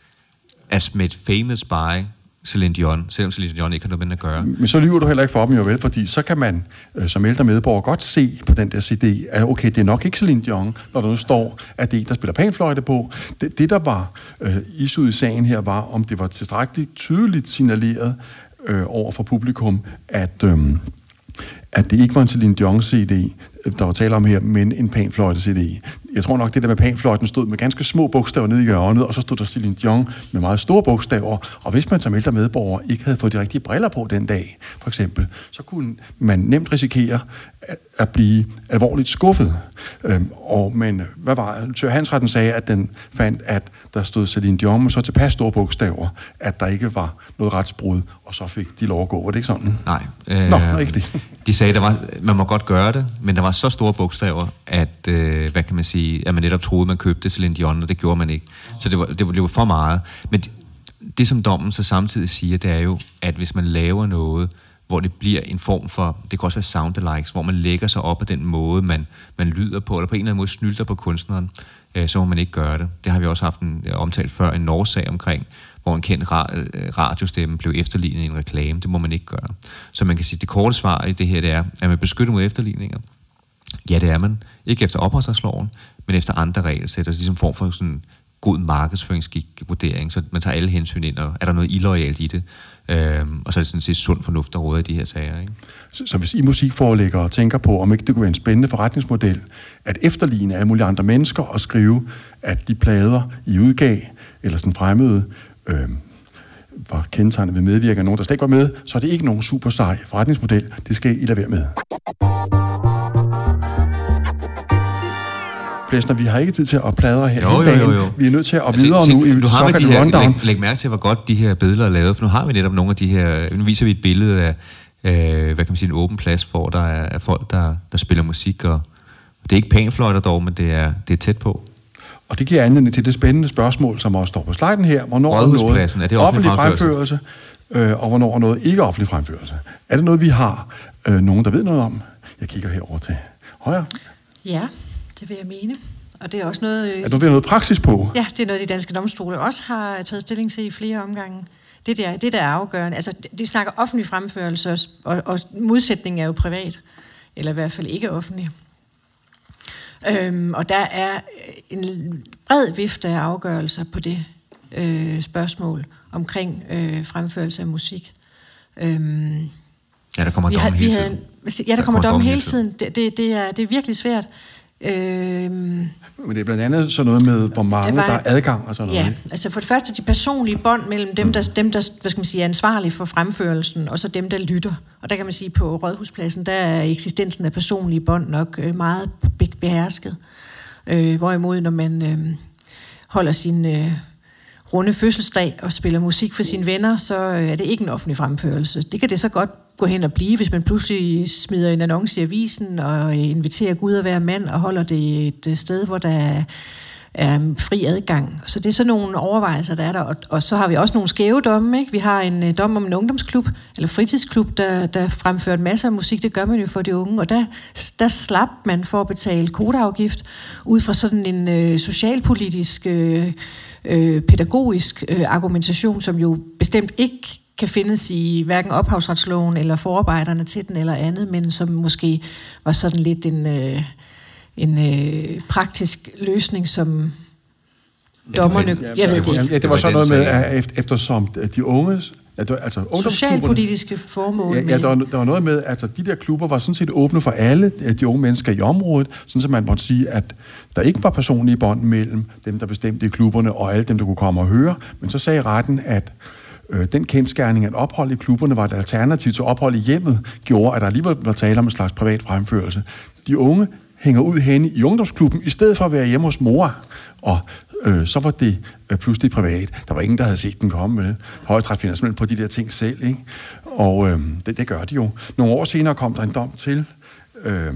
[SPEAKER 4] as made famous by Celine Dion, selvom Celine Dion ikke har noget med at gøre.
[SPEAKER 5] Men så lyver du heller ikke for dem jo vel, fordi så kan man øh, som ældre medborger godt se på den der C D, at okay, det er nok ikke Celine Dion, når der nu står, at det er en, der spiller panfløjte på. Det, det der var øh, issue i sagen her, var, om det var tilstrækkeligt tydeligt signaleret øh, over for publikum, at... Øh, at det ikke var en Celine Dion C D, der var tale om her, men en panfløjte C D. Jeg tror nok, det der med panfløjten stod med ganske små bogstaver nede i hjørnet, og så stod der Celine Dion med meget store bogstaver. Og hvis man som ældre medborger ikke havde fået de rigtige briller på den dag, for eksempel, så kunne man nemt risikere at blive alvorligt skuffet. Øhm, og, men hvad var Tør Hansretten sagde, at den fandt, at der stod Celine Dion med så tilpas store bogstaver, at der ikke var noget retsbrud, og så fik de lov at gå. Var det ikke sådan?
[SPEAKER 4] Nej. Øh,
[SPEAKER 5] Nå, ikke det.
[SPEAKER 4] De sagde, at der var, man må godt gøre det, men der var så store bogstaver, at, øh, hvad kan man sige, at man netop troede, man købte Celine Dion, og det gjorde man ikke. Så det var, det var, det var for meget. Men det, det, som dommen så samtidig siger, det er jo, at hvis man laver noget, hvor det bliver en form for, det kan også være soundalikes, hvor man lægger sig op af den måde, man, man lyder på, eller på en eller anden måde snylter på kunstneren, øh, så må man ikke gøre det. Det har vi også haft en, omtalt før, en Norge-sag omkring, hvor en kendt radiostemme blev efterlignet i en reklame. Det må man ikke gøre. Så man kan sige, at det korte svar i det her, det er, at man beskytter mod efterligninger. Ja, det er man. Ikke efter ophavsretsloven, men efter andre regelsæt, altså ligesom form for sådan god markedsføringsvurdering, så man tager alle hensyn ind, og er der noget illoyalt i det? Øhm, og så er det sådan set sund fornuft, der råder i de her sager. Ikke?
[SPEAKER 5] Så, så hvis I musikforlæggere tænker på, om ikke det kunne være en spændende forretningsmodel, at efterligne alle mulige andre mennesker og skrive, at de plader, I udgav, eller sådan fremmede, øh, var kendetegnet ved medvirkning af nogen, der slet ikke var med, så er det ikke nogen super sej forretningsmodel. Det skal I lade være med. Plesner, vi har ikke tid til at pladre her.
[SPEAKER 4] Jo, jo, jo, jo.
[SPEAKER 5] Vi er nødt til at
[SPEAKER 4] altså,
[SPEAKER 5] videre
[SPEAKER 4] til,
[SPEAKER 5] nu i
[SPEAKER 4] nu har vi de her,
[SPEAKER 5] rundown.
[SPEAKER 4] læg, læg mærke til, hvor godt de her billeder er lavet, for nu har vi netop nogle af de her, nu viser vi et billede af, øh, hvad kan man sige, en åben plads, hvor der er, er folk, der, der spiller musik, og det er ikke panfløjter dog, men det er, det er tæt på.
[SPEAKER 5] Og det giver anledning til det spændende spørgsmål, som også står på sliden her. Hvornår er noget
[SPEAKER 4] er det
[SPEAKER 5] offentlig fremførelse, øh, og hvornår er noget ikke offentlig fremførelse? Er det noget, vi har øh, nogen, der ved noget om? Jeg kigger herover til højre.
[SPEAKER 3] Ja, det vil jeg mene. Og det er også noget... Øh,
[SPEAKER 5] er der noget praksis på?
[SPEAKER 3] Ja, det er noget, de danske domstole også har taget stilling til i flere omgange. Det der, det der er afgørende. Altså, de snakker offentlig fremførelse, og, og, og modsætningen er jo privat. Eller i hvert fald ikke offentlig. Øhm, og der er en bred vifte af afgørelser på det øh, spørgsmål omkring øh, fremførelse af musik. Øhm,
[SPEAKER 4] ja, der kommer dom hele tiden. Havde,
[SPEAKER 3] ja, der, der kommer dom hele tiden. Det, det, det, er, det er virkelig svært. Øhm,
[SPEAKER 5] Men det er blandt andet sådan noget med, hvor mange var, der er adgang og sådan noget.
[SPEAKER 3] Ja, altså for det første de personlige bånd mellem dem, der, dem, der hvad skal man sige, er ansvarlige for fremførelsen, og så dem, der lytter. Og der kan man sige, på Rådhuspladsen, der er eksistensen af personlige bånd nok øh, meget behersket. Øh, hvorimod, når man øh, holder sin øh, runde fødselsdag og spiller musik for sine venner, så øh, er det ikke en offentlig fremførelse. Det kan det så godt gå hen og blive, hvis man pludselig smider en annonce i avisen og inviterer Gud at være mand og holder det et sted, hvor der er fri adgang. Så det er sådan nogle overvejelser, der er der. Og, og så har vi også nogle skæve domme. Ikke? Vi har en dom om en ungdomsklub, eller fritidsklub, der, der fremfører masser af musik. Det gør man jo for de unge. Og der, der slap man for at betale kodeafgift ud fra sådan en øh, socialpolitisk, øh, øh, pædagogisk øh, argumentation, som jo bestemt ikke kan findes i hverken ophavsretsloven eller forarbejderne til den eller andet, men som måske var sådan lidt en, øh, en øh, praktisk løsning, som dommerne... Ja, jeg ved det ikke.
[SPEAKER 5] Ja, det var sådan noget med, at eftersom de unge... Altså,
[SPEAKER 3] socialpolitiske formål.
[SPEAKER 5] Ja, ja der, var, der var noget med, at altså, de der klubber var sådan set åbne for alle de unge mennesker i området, sådan så man måtte sige, at der ikke var personlige bånd mellem dem, der bestemte i klubberne, og alle dem, der kunne komme og høre. Men så sagde retten, at øh, den kendskærning, at ophold i klubberne var et alternativ til ophold i hjemmet, gjorde, at der alligevel var tale om en slags privat fremførelse. De unge hænger ud henne i ungdomsklubben, i stedet for at være hjemme hos mor, og øh, så var det øh, pludselig privat. Der var ingen, der havde set den komme med. Højesteret finder simpelthen på de der ting selv, ikke? Og øh, det, det gør de jo. Nogle år senere kom der en dom til øh,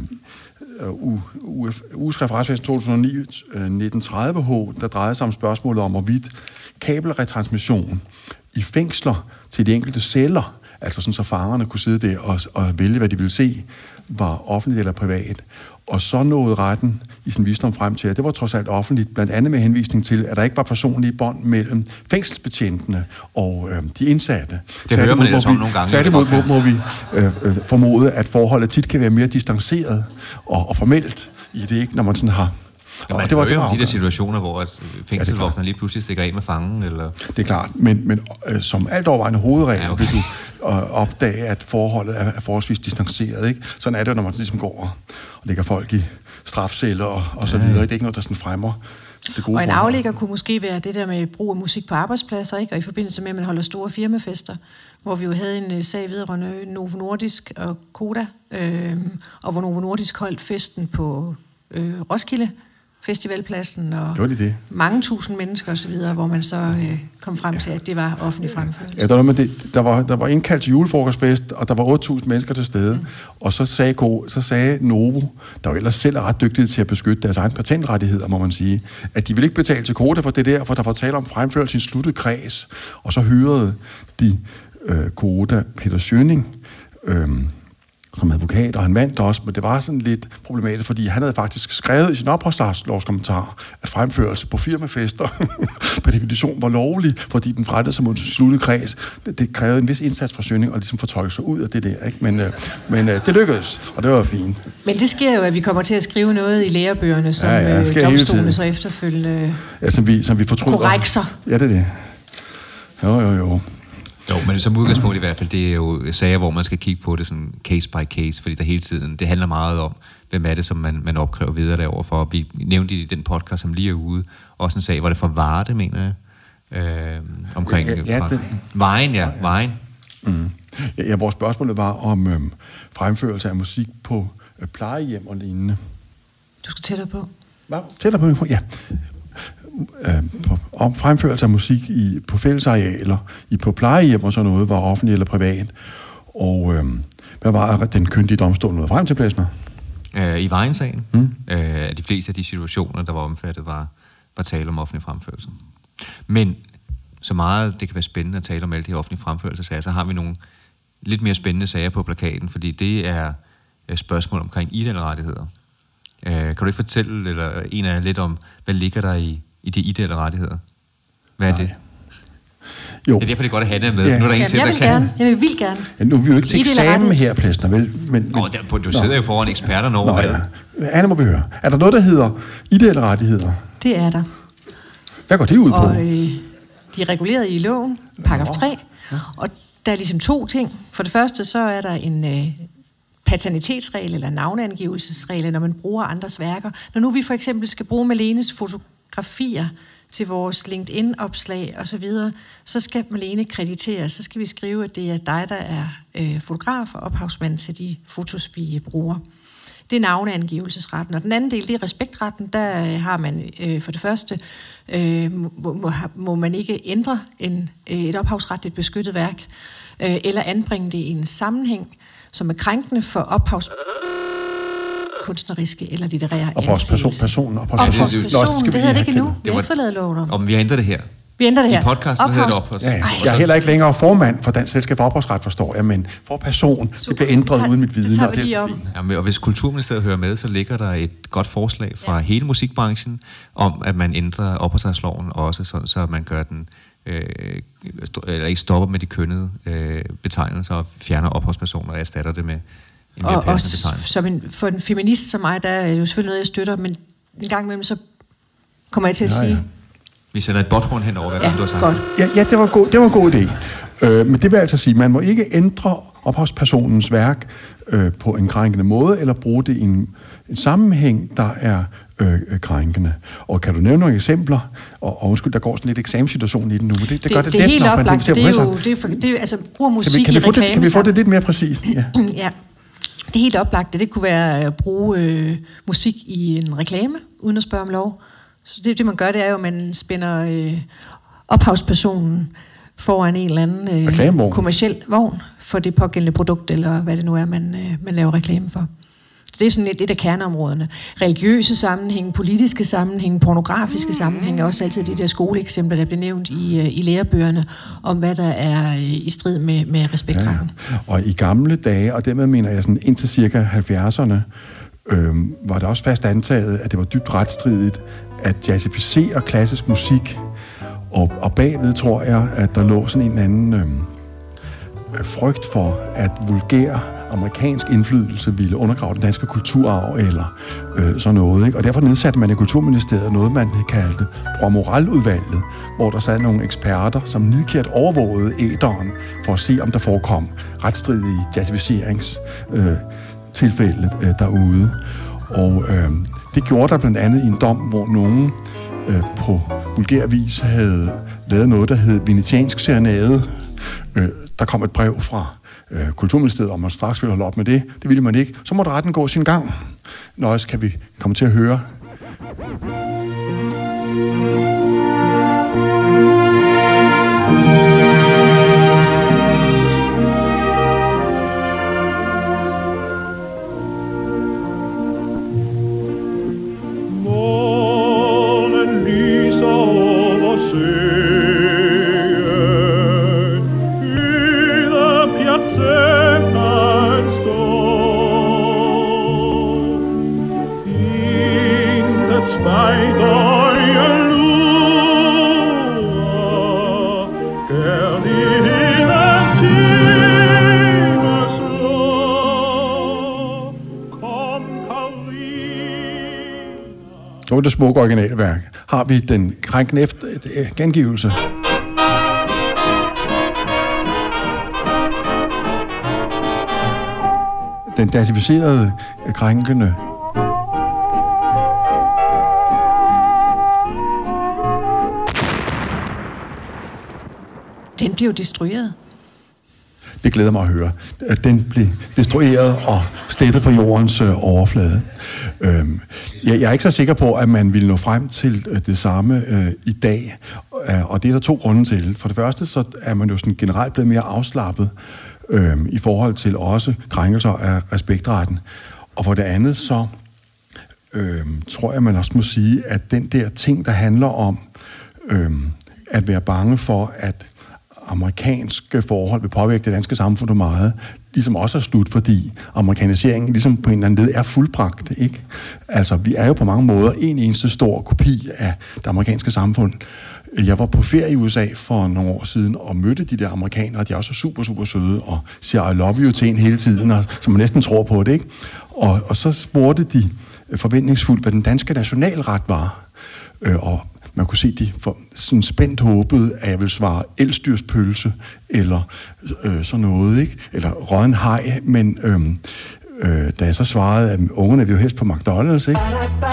[SPEAKER 5] Ugeskrift Retsvæsen to tusind og ni nitten tredive H, der drejede sig om spørgsmålet om, hvorvidt kabelretransmission i fængsler til de enkelte celler, altså sådan så fangerne kunne sidde der og, og vælge, hvad de ville se, var offentligt eller privat. Og så nåede retten i sin visdom frem til, at det var trods alt offentligt, blandt andet med henvisning til, at der ikke var personlige bånd mellem fængselsbetjentene og øh, de indsatte.
[SPEAKER 4] Det hører man ellers om nogle gange.
[SPEAKER 5] Tværtimod må, må vi øh, øh, formode, at forholdet tit kan være mere distanceret og, og formelt i det, ikke, når man sådan har...
[SPEAKER 4] Ja, man og det var, det var de der situationer, hvor fængselsvogterne lige pludselig stikker af med fangen, eller... Det
[SPEAKER 5] er klart, men, men øh, som alt overvejende hovedregel ja, okay. vil du øh, opdage, at forholdet er, er forholdsvis distanceret, ikke? Sådan er det, når man ligesom går og, og lægger folk i strafceller og, og så videre. Det er ikke noget, der sådan fremmer det gode.
[SPEAKER 3] Og en aflægger kunne måske være det der med brug af musik på arbejdspladser, ikke? Og i forbindelse med, at man holder store firmafester, hvor vi jo havde en sag vedrørende Novo Nordisk og Koda, øh, og hvor Novo Nordisk holdt festen på øh, Roskilde Festivalpladsen, og
[SPEAKER 5] det det.
[SPEAKER 3] mange tusind mennesker osv., hvor man så øh, kom frem til, at det var offentlig fremførelse.
[SPEAKER 5] Ja, der var, det, der var, der var indkaldt til julefrokostfest, og der var otte tusind mennesker til stede, mm. og så sagde, så sagde Novo, der jo ellers selv er ret dygtige til at beskytte deres egen patentrettigheder, må man sige, at de ville ikke betale til Koda for det der, for der var tale om fremførelse i en sluttet kreds, og så hyrede de øh, Koda Peter Schøning, øh, som advokat, og han vandt også, men det var sådan lidt problematisk, fordi han havde faktisk skrevet i sin ophavsretslovskommentar, at fremførelse på firmafester per definition var lovlig, fordi den rettede sig mod sluttet kreds. Det, det krævede en vis indsats fra Sønning, og ligesom fortolke sig ud af det der, ikke? Men, øh, men øh, det lykkedes, og det var fint.
[SPEAKER 3] Men det sker jo, at vi kommer til at skrive noget i lærebøgerne, som
[SPEAKER 5] ja, ja,
[SPEAKER 3] øh, domstolene så efterfølgende
[SPEAKER 5] ja, som vi, som vi fortryder.
[SPEAKER 3] korrekser.
[SPEAKER 5] Ja, det er det. Jo, jo, jo.
[SPEAKER 4] Jo, men som udgangspunkt i hvert fald, det er jo sager, hvor man skal kigge på det sådan case by case, fordi der hele tiden, det handler meget om, hvem er det, som man, man opkræver videre derover for. Vi nævnte i den podcast, som lige er ude, også en sag, hvor det for Varde, mener jeg, øh, omkring
[SPEAKER 5] ja, ja,
[SPEAKER 4] fra,
[SPEAKER 5] det,
[SPEAKER 4] Vejen, ja, Vejen.
[SPEAKER 5] Mm. Ja, ja, vores spørgsmål var om øhm, fremførelse af musik på øh, plejehjem og lignende.
[SPEAKER 3] Du skal tættere på.
[SPEAKER 5] Hvad? Tættere på, ja. Øh, på, om fremførelse af musik i, på fællesarealer, i på plejehjem og sådan noget, var offentligt eller privat. Og øh, hvad var den kyndige domstol nået frem til, Plesner?
[SPEAKER 4] Øh, I Vejen-sagen.
[SPEAKER 5] Mm.
[SPEAKER 4] Øh, de fleste af de situationer, der var omfattet, var, var tale om offentlig fremførelse. Men så meget det kan være spændende at tale om alle de her offentlige fremførelsesager, så har vi nogle lidt mere spændende sager på plakaten, fordi det er et spørgsmål omkring ideelle-rettigheder. Øh, kan du ikke fortælle eller en af jer lidt om, hvad ligger der i, i de ideelle rettigheder? Hvad er Nej. det?
[SPEAKER 5] Jo.
[SPEAKER 4] Det er derfor, det er godt at have det med.
[SPEAKER 5] Ja.
[SPEAKER 4] Nu er der en
[SPEAKER 3] Jamen,
[SPEAKER 4] til,
[SPEAKER 3] jeg
[SPEAKER 4] der
[SPEAKER 3] vil
[SPEAKER 4] kan.
[SPEAKER 3] gerne. Jeg vil vildt gerne.
[SPEAKER 5] Ja, nu er vi jo ikke til
[SPEAKER 3] Ideelle
[SPEAKER 5] eksamen
[SPEAKER 3] rettigheder.
[SPEAKER 5] her, Plesner, vel? Men, men,
[SPEAKER 4] Nå, der, du sidder Nå. jo foran eksperterne over.
[SPEAKER 5] Nå, ja. Anna, må vi høre. Er der noget, der hedder ideelle rettigheder?
[SPEAKER 3] Det er der.
[SPEAKER 5] Hvad går det ud på?
[SPEAKER 3] Og øh, de er reguleret i loven, paragraf tre. Og der er ligesom to ting. For det første, så er der en øh, paternitetsregel eller navneangivelsesregel, når man bruger andres værker. Når nu vi for eksempel skal bruge Malenes fotografier til vores LinkedIn-opslag osv., så, så skal Malene krediteres. Så skal vi skrive, at det er dig, der er øh, fotograf og ophavsmand til de fotos, vi bruger. Det er navneangivelsesretten. Og den anden del, det er respektretten. Der øh, har man øh, for det første, øh, må, må, må man ikke ændre en, øh, et ophavsretligt beskyttet værk, øh, eller anbringe det i en sammenhæng, som er krænkende for ophavs kunstneriske eller litterære
[SPEAKER 5] ophavsperson, person, ophavsperson.
[SPEAKER 3] Ophavsperson, det hedder det ikke endnu. Vi har ikke fået lavet loven om.
[SPEAKER 4] Om vi har ændret det her.
[SPEAKER 3] Vi ændrer det her.
[SPEAKER 4] I podcasten hedder det ophavs.
[SPEAKER 5] Ja, ja. Jeg er heller ikke længere formand for Dansk Selskab for Ophavsret, forstår jeg, men for person, Super. Det bliver ændret tager, uden mit viden.
[SPEAKER 3] Det tager vi lige om.
[SPEAKER 4] Jamen, og hvis Kulturministeriet hører med, så ligger der et godt forslag fra ja. hele musikbranchen om, at man ændrer ophavsretsloven også, sådan, så man gør den øh, eller ikke stopper med de kønnede øh, betegnelser og fjerner ophavspersoner og erstatter det med en mere
[SPEAKER 3] og
[SPEAKER 4] passende betegnelse.
[SPEAKER 3] Som en, for en feminist som mig, der er jo selvfølgelig noget, jeg støtter, men en gang imellem, så kommer jeg til at
[SPEAKER 5] ja, ja.
[SPEAKER 3] sige...
[SPEAKER 4] Vi sender et botthorn hen over, hvad
[SPEAKER 3] ja,
[SPEAKER 4] du har sagt.
[SPEAKER 3] Godt.
[SPEAKER 5] Ja, ja det, var god, det var en god idé. Øh, men det vil altså sige, at man må ikke ændre ophavspersonens værk øh, på en krænkende måde, eller bruge det i en, en sammenhæng, der er øh, krænkende. Og kan du nævne nogle eksempler? Og, og undskyld, der går sådan lidt eksamenssituation i den nu, men det, det, det gør det,
[SPEAKER 3] det er
[SPEAKER 5] let
[SPEAKER 3] helt
[SPEAKER 5] nok.
[SPEAKER 3] Oplagt, det er jo, det er for, det er, altså, bruger musik
[SPEAKER 5] kan vi, kan
[SPEAKER 3] i
[SPEAKER 5] vi
[SPEAKER 3] reklame.
[SPEAKER 5] Det, kan vi få det lidt mere præcist? Ja.
[SPEAKER 3] ja. Det er helt oplagt, det kunne være at bruge øh, musik i en reklame, uden at spørge om lov. Så det, det man gør, det er jo, at man spænder øh, ophavspersonen foran en eller anden øh, kommerciel vogn for det pågældende produkt, eller hvad det nu er, man, øh, man laver reklame for. Så det er sådan et, et af kerneområderne. Religiøse sammenhæng, politiske sammenhæng, pornografiske sammenhæng, også altid de der skoleeksempler, der bliver nævnt i, i lærebøgerne, om hvad der er i strid med, med respektretten.
[SPEAKER 5] Ja, ja. Og i gamle dage, og dermed mener jeg sådan indtil cirka halvfjerdserne, øh, var det også fast antaget, at det var dybt retsstridigt at jazzificere klassisk musik. Og, og bagved tror jeg, at der lå sådan en anden øh, frygt for, at vulgær amerikansk indflydelse ville undergrave den danske kulturarv eller øh, sådan noget. Ikke? Og derfor nedsatte man i Kulturministeriet noget, man kaldte Moraludvalget, hvor der sad nogle eksperter, som nidkært overvågede æteren for at se, om der forekom retsstridige jazzificeringstilfælde øh, øh, derude. Og øh, det gjorde der blandt andet i en dom, hvor nogen øh, på vulgær vis havde lavet noget, der hed venetiansk serenade. Øh, der kom et brev fra øh, Kulturministeriet, om man straks ville holde op med det. Det ville man ikke. Så måtte retten gå sin gang. Nøjes kan vi komme til at høre.
[SPEAKER 10] Piazzetta in sto
[SPEAKER 5] Nu er det smukke originalværk. Har vi den krænkende efter, øh, gengivelse? Den dassificerede, øh, krænkende.
[SPEAKER 3] Den blev destrueret.
[SPEAKER 5] Det glæder mig at høre. At den blev destrueret og slettet fra jordens øh, overflade. Øhm, jeg, jeg er ikke så sikker på, at man vil nå frem til øh, det samme øh, i dag. Øh, og det er der to grunde til. For det første, så er man jo sådan generelt blevet mere afslappet øh, i forhold til også krænkelser af respektretten. Og for det andet, så øh, tror jeg, man også må sige, at den der ting, der handler om øh, at være bange for, at amerikanske forhold vil påvirke det danske samfund meget, ligesom også er slut, fordi amerikaniseringen ligesom på en eller anden led er fuldbragt, ikke? Altså, vi er jo på mange måder en eneste stor kopi af det amerikanske samfund. Jeg var på ferie i U S A for nogle år siden og mødte de der amerikanere, de er også super, super søde og siger I love you til en hele tiden, og, så man næsten tror på det, ikke? Og, og så spurgte de forventningsfuldt, hvad den danske nationalret var, øh, og man kunne se, de for sådan spændt håbede, at jeg ville svare elstyrspølse, eller øh, sådan noget, ikke? Eller rådden haj, men øh, øh, da jeg så svarede, at ungerne vil jo helst på McDonald's, ikke?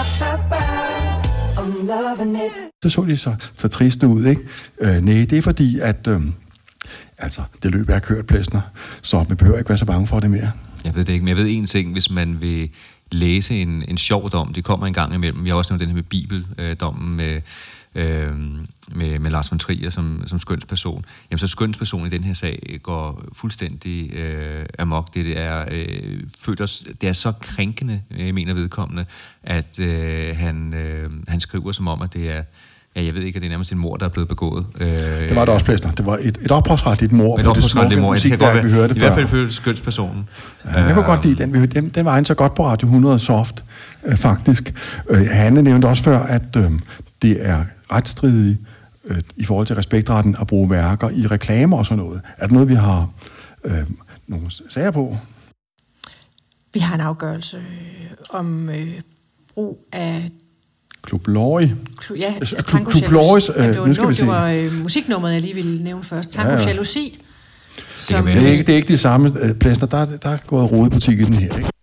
[SPEAKER 5] Så så de så, så triste ud, ikke? Øh, nej, det er fordi, at øh, altså, det løb er kørt, Plesner, så vi behøver ikke være så bange for det mere.
[SPEAKER 4] Jeg ved det ikke, men jeg ved en ting, hvis man vil læse en, en sjov dom, det kommer en gang imellem. Vi har også nævnt den her med Bibeldommen med, øh, med, med Lars von Trier som, som skønsperson. Jamen så skønsperson i den her sag går fuldstændig øh, amok. Det, det, er, øh, føler, det er så krænkende, jeg mener vedkommende, at øh, han, øh, han skriver som om, at det er ja, jeg ved ikke, at det er nærmest en mord, der er blevet begået. Øh,
[SPEAKER 5] det var det også, Plesner. Det var et, et ophavsretligt mord.
[SPEAKER 4] Et ophavsretligt mord.
[SPEAKER 5] Musik, der, vi hørte
[SPEAKER 4] I hvert fald følte skønspersonen.
[SPEAKER 5] Ja, jeg kunne godt lide den. Den, den var egnet så godt på Radio hundrede Soft, øh, faktisk. Øh, Hanne nævnte også før, at øh, det er retsstridigt øh, i forhold til respektretten at bruge værker i reklamer og sådan noget. Er det noget, vi har øh, nogle sager på?
[SPEAKER 3] Vi har en afgørelse om øh, brug af
[SPEAKER 5] Club Lorry.
[SPEAKER 3] Klu, ja,
[SPEAKER 5] Club,
[SPEAKER 3] Tango
[SPEAKER 5] Club Lorrys,
[SPEAKER 3] ja, det var,
[SPEAKER 5] nu
[SPEAKER 3] det var øh, musiknummeret, jeg lige ville nævne først. Tango ja, ja. Jalousi.
[SPEAKER 5] Som, det, er ikke, det er ikke de samme øh, Plesner. Der, der er gået rodebutik i den her, ikke?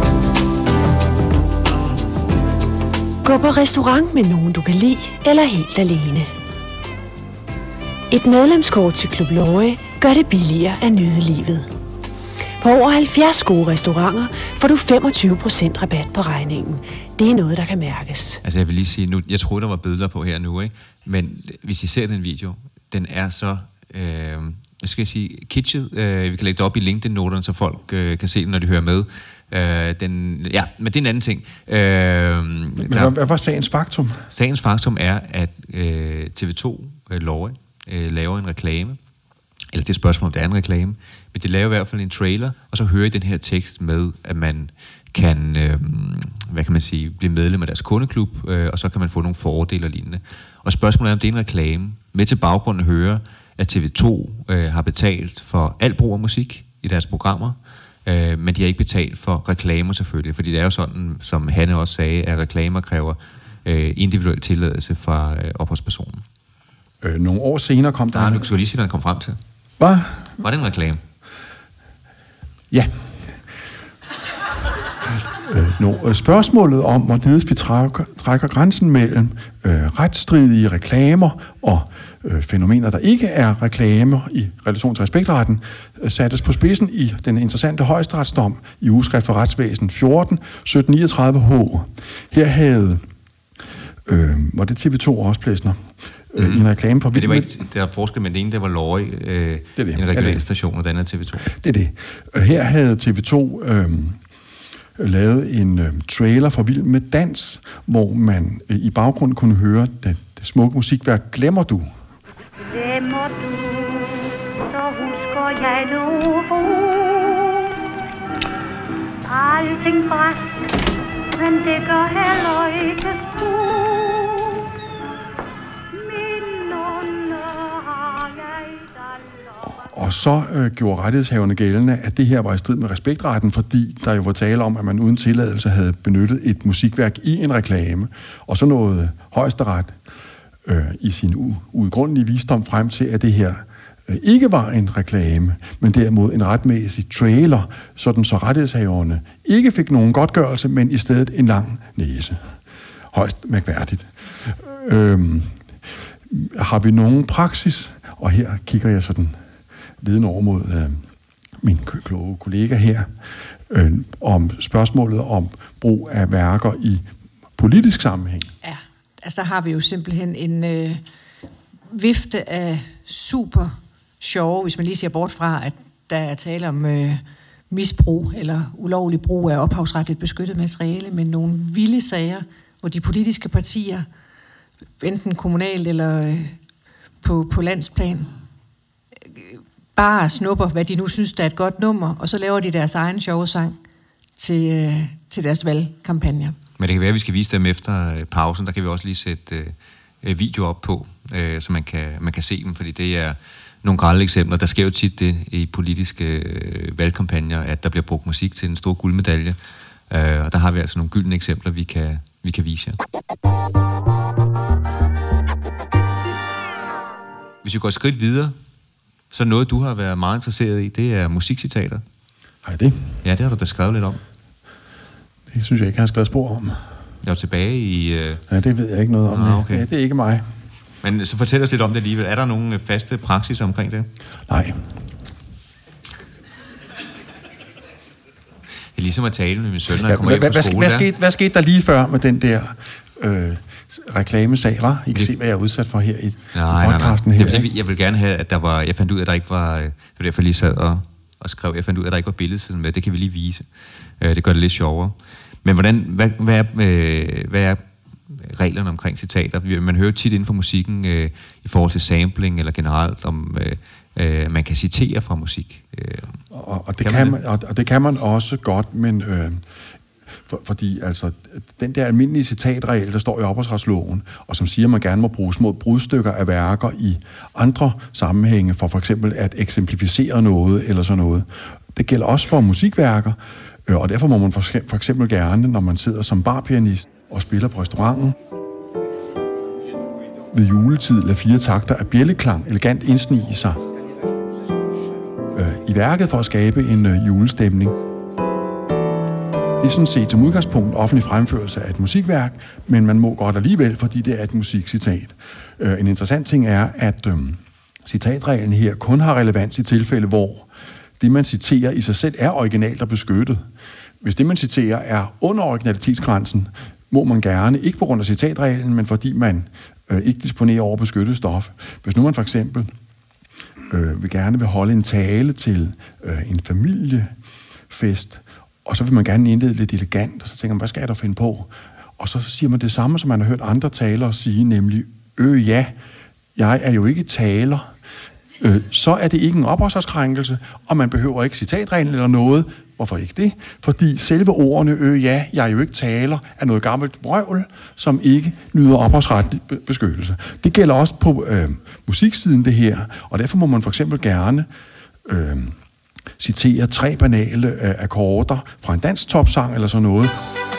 [SPEAKER 10] Gå på restaurant med nogen, du kan lide, eller helt alene. Et medlemskort til Club Lorry gør det billigere at nyde livet. På over halvfjerds gode restauranter får du femogtyve procent rabat på regningen. Det er noget, der kan mærkes.
[SPEAKER 4] Altså jeg vil lige sige, nu, jeg troede, der var billeder på her nu, ikke? Men hvis I ser den video, den er så, øh, hvad skal jeg sige, kitschet. Øh, vi kan lægge det op i LinkedIn-noterne, så folk øh, kan se det, når de hører med. Øh, den, ja, men det er en anden ting. Øh,
[SPEAKER 5] men der, hvad var sagens faktum?
[SPEAKER 4] Sagens faktum er, at øh, T V to øh, Lorry øh, laver en reklame, eller det er spørgsmål, om det er en reklame, men de laver i hvert fald en trailer, og så hører I den her tekst med, at man kan, øh, hvad kan man sige, blive medlem af deres kundeklub, øh, og så kan man få nogle fordele og lignende. Og spørgsmålet er, om det er en reklame, med til baggrund at høre, at T V to øh, har betalt for al brug af musik i deres programmer, øh, men de har ikke betalt for reklamer selvfølgelig, fordi det er jo sådan, som Hanne også sagde, at reklamer kræver øh, individuel tilladelse fra øh, ophavspersonen.
[SPEAKER 5] Øh, nogle år senere kom der...
[SPEAKER 4] Nej, nu skal vi lige se, hvad den kom frem til.
[SPEAKER 5] Hvad?
[SPEAKER 4] Var det en reklame?
[SPEAKER 5] Ja. øh, no, spørgsmålet om, hvorledes vi trækker, trækker grænsen mellem øh, retsstridige reklamer og øh, fænomener, der ikke er reklamer i relation til respektretten, øh, sattes på spidsen i den interessante højesteretsdom i Ugeskrift for Retsvæsen fjorten sytten niogtredive H. Her havde... Øh, var det T V to også, Plesner? Mm. Øh, en reklame på...
[SPEAKER 4] Ja, det var ikke, der er forskel, men det ene, der var Lorry, øh, det det. en regionalstation, og den er T V to.
[SPEAKER 5] Det er det. Her havde T V to øh, lavet en øh, trailer for Vild med Dans, hvor man øh, i baggrunden kunne høre det, det smukke musikværk Glemmer du.
[SPEAKER 11] Glemmer du, så husker jeg nu. Alting bræst, men det gør heller ikke stort.
[SPEAKER 5] Og Og så øh, gjorde rettighedshaverne gældende, at det her var i strid med respektretten, fordi der jo var tale om, at man uden tilladelse havde benyttet et musikværk i en reklame. Og så nåede Højesteret øh, i sin u- udgrundelige visdom frem til, at det her øh, ikke var en reklame, men derimod en retmæssig trailer, sådan så rettighedshaverne ikke fik nogen godtgørelse, men i stedet en lang næse. Højst mærkværdigt. Øhm, har vi nogen praksis? Og her kigger jeg sådan ledende over mod øh, min kloge kollega her, øh, om spørgsmålet om brug af værker i politisk sammenhæng.
[SPEAKER 3] Ja, altså der har vi jo simpelthen en øh, vifte af super sjove, hvis man lige ser bort fra, at der er tale om øh, misbrug eller ulovlig brug af ophavsretligt beskyttet materiale, men nogle vilde sager, hvor de politiske partier, enten kommunalt eller øh, på, på landsplan, bare snupper, hvad de nu synes, der er et godt nummer, og så laver de deres egen sjove sang til, øh, til deres valgkampagner.
[SPEAKER 4] Men det kan være, at vi skal vise dem efter øh, pausen. Der kan vi også lige sætte øh, video op på, øh, så man kan, man kan se dem, fordi det er nogle grelle eksempler. Der sker jo tit det i politiske øh, valgkampagner, at der bliver brugt musik til en stor guldmedalje, øh, og der har vi altså nogle gyldne eksempler, vi kan, vi kan vise jer. Hvis vi går et skridt videre, så noget, du har været meget interesseret i, det er musikcitater.
[SPEAKER 5] Har jeg det?
[SPEAKER 4] Ja, det har du da skrevet lidt om.
[SPEAKER 5] Det synes jeg ikke, jeg har skrevet spor om.
[SPEAKER 4] Jeg var tilbage i... Øh...
[SPEAKER 5] Ja, det ved jeg ikke noget om.
[SPEAKER 4] Ah, okay.
[SPEAKER 5] Ja, det er ikke mig.
[SPEAKER 4] Men så fortæl os lidt om det alligevel. Er der nogle faste praksis omkring det?
[SPEAKER 5] Nej.
[SPEAKER 4] Det er ligesom at tale med min søn, når
[SPEAKER 5] ja,
[SPEAKER 4] jeg kommer hjem fra skole.
[SPEAKER 5] Hvad, hvad, skete, hvad skete der lige før med den der... Øh, reklamesag, hva'? I kan det, se, hvad jeg er udsat for her i
[SPEAKER 4] nej,
[SPEAKER 5] podcasten
[SPEAKER 4] nej, nej.
[SPEAKER 5] her.
[SPEAKER 4] Det er, fordi, jeg vil gerne have, at der var... Jeg fandt ud af, at der ikke var... Det var derfor, jeg lige sad og, og skrev. Jeg fandt ud af, at der ikke var billedsiden med. Det kan vi lige vise. Det gør det lidt sjovere. Men hvordan, hvad, hvad, er, øh, hvad er reglerne omkring citater? Man hører tit inden for musikken øh, i forhold til sampling eller generelt, om øh, øh, man kan citere fra musik. Øh,
[SPEAKER 5] og, og, det kan kan man, og, og det kan man også godt, men... Øh, For, fordi altså, den der almindelige citatregel, der står i ophavsretsloven, og som siger, at man gerne må bruge små brudstykker af værker i andre sammenhænge, for for eksempel at eksemplificere noget eller sådan noget. Det gælder også for musikværker, og derfor må man for eksempel gerne, når man sidder som barpianist og spiller på restauranten, ved juletid lade fire takter af bjælleklang elegant indsnige sig øh, i værket for at skabe en øh, julestemning. Det er sådan set som udgangspunkt offentlig fremførelse af et musikværk, men man må godt alligevel, fordi det er et musikcitat. Øh, en interessant ting er, at øh, citatreglen her kun har relevans i tilfælde, hvor det, man citerer i sig selv, er originalt og beskyttet. Hvis det, man citerer, er under originalitetsgrænsen, må man gerne, ikke på grund af citatreglen, men fordi man øh, ikke disponerer over beskyttet stof. Hvis nu man for eksempel øh, vil gerne vil holde en tale til øh, en familiefest, og så vil man gerne indlede lidt elegant, og så tænker man, hvad skal jeg da finde på? Og så siger man det samme, som man har hørt andre talere sige, nemlig, øh ja, jeg er jo ikke taler. Øh, så er det ikke en ophavsretskrænkelse, og man behøver ikke citatreglen eller noget. Hvorfor ikke det? Fordi selve ordene, øh ja, jeg er jo ikke taler, er noget gammelt vrøvl, som ikke nyder ophavsretlig beskyttelse. Det gælder også på øh, musiksiden det her, og derfor må man for eksempel gerne... Øh, citere tre banale øh, akkorder fra en dansk topsang eller sådan noget.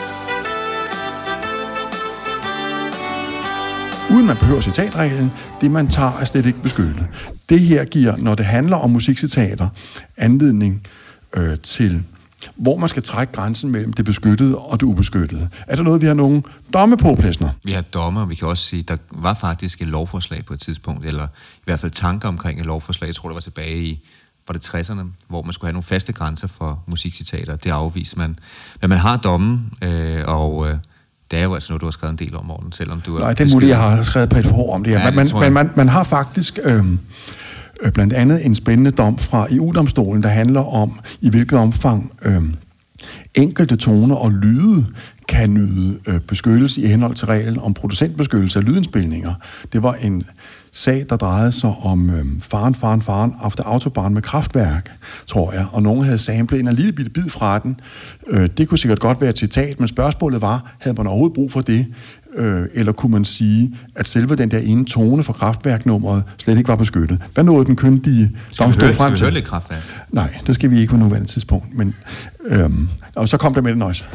[SPEAKER 5] Uden man behøver citatreglen, det man tager er slet ikke beskyttet. Det her giver, når det handler om musikcitater, anledning øh, til, hvor man skal trække grænsen mellem det beskyttede og det ubeskyttede. Er der noget, vi har nogle domme på, Plesner?
[SPEAKER 4] Vi har domme, og vi kan også sige, der var faktisk et lovforslag på et tidspunkt, eller i hvert fald tanker omkring et lovforslag, jeg tror, det var tilbage i var det tresserne, hvor man skulle have nogle faste grænser for musikcitater. Det afviste man. Men man har dommen, øh, og øh, det er jo altså noget, du har skrevet en del om, Morten, selvom du er...
[SPEAKER 5] Nej, det er muligt, jeg har skrevet på et par ord om det her. Ja, det man, man, man, man har faktisk øh, øh, blandt andet en spændende dom fra E U-domstolen, der handler om, i hvilket omfang øh, enkelte toner og lyde kan nyde øh, beskyttelse i henhold til reglen om producentbeskyttelse af lydindspilninger. Det var en sag, der drejede sig om øhm, faren, faren, faren af der Autobahn med Kraftværk, tror jeg, og nogen havde samlet en lille bitte bid fra den. Øh, det kunne sikkert godt være et citat, men spørgsmålet var, havde man overhovedet brug for det? Øh, eller kunne man sige, at selve den der ene tone fra Kraftwerk-nummeret slet ikke var beskyttet? Hvad nåede den kyndige domstol frem til?
[SPEAKER 4] Skal vi høre lidt Kraftwerk?
[SPEAKER 5] Nej, det skal vi ikke på nuværende tidspunkt. Men, øhm, og så kom der med den også.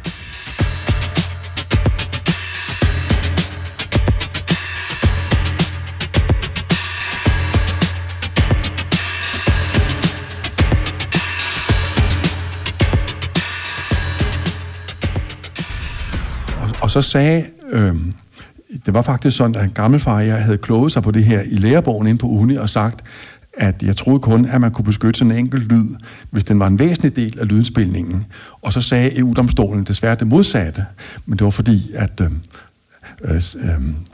[SPEAKER 5] Og så sagde, øh, det var faktisk sådan, at en gammelfar jeg havde kloget sig på det her i lærebogen inde på uni og sagt, at jeg troede kun, at man kunne beskytte sådan en enkelt lyd, hvis den var en væsentlig del af lydindspilningen. Og så sagde E U-domstolen desværre det modsatte, men det var fordi, at øh, øh, øh,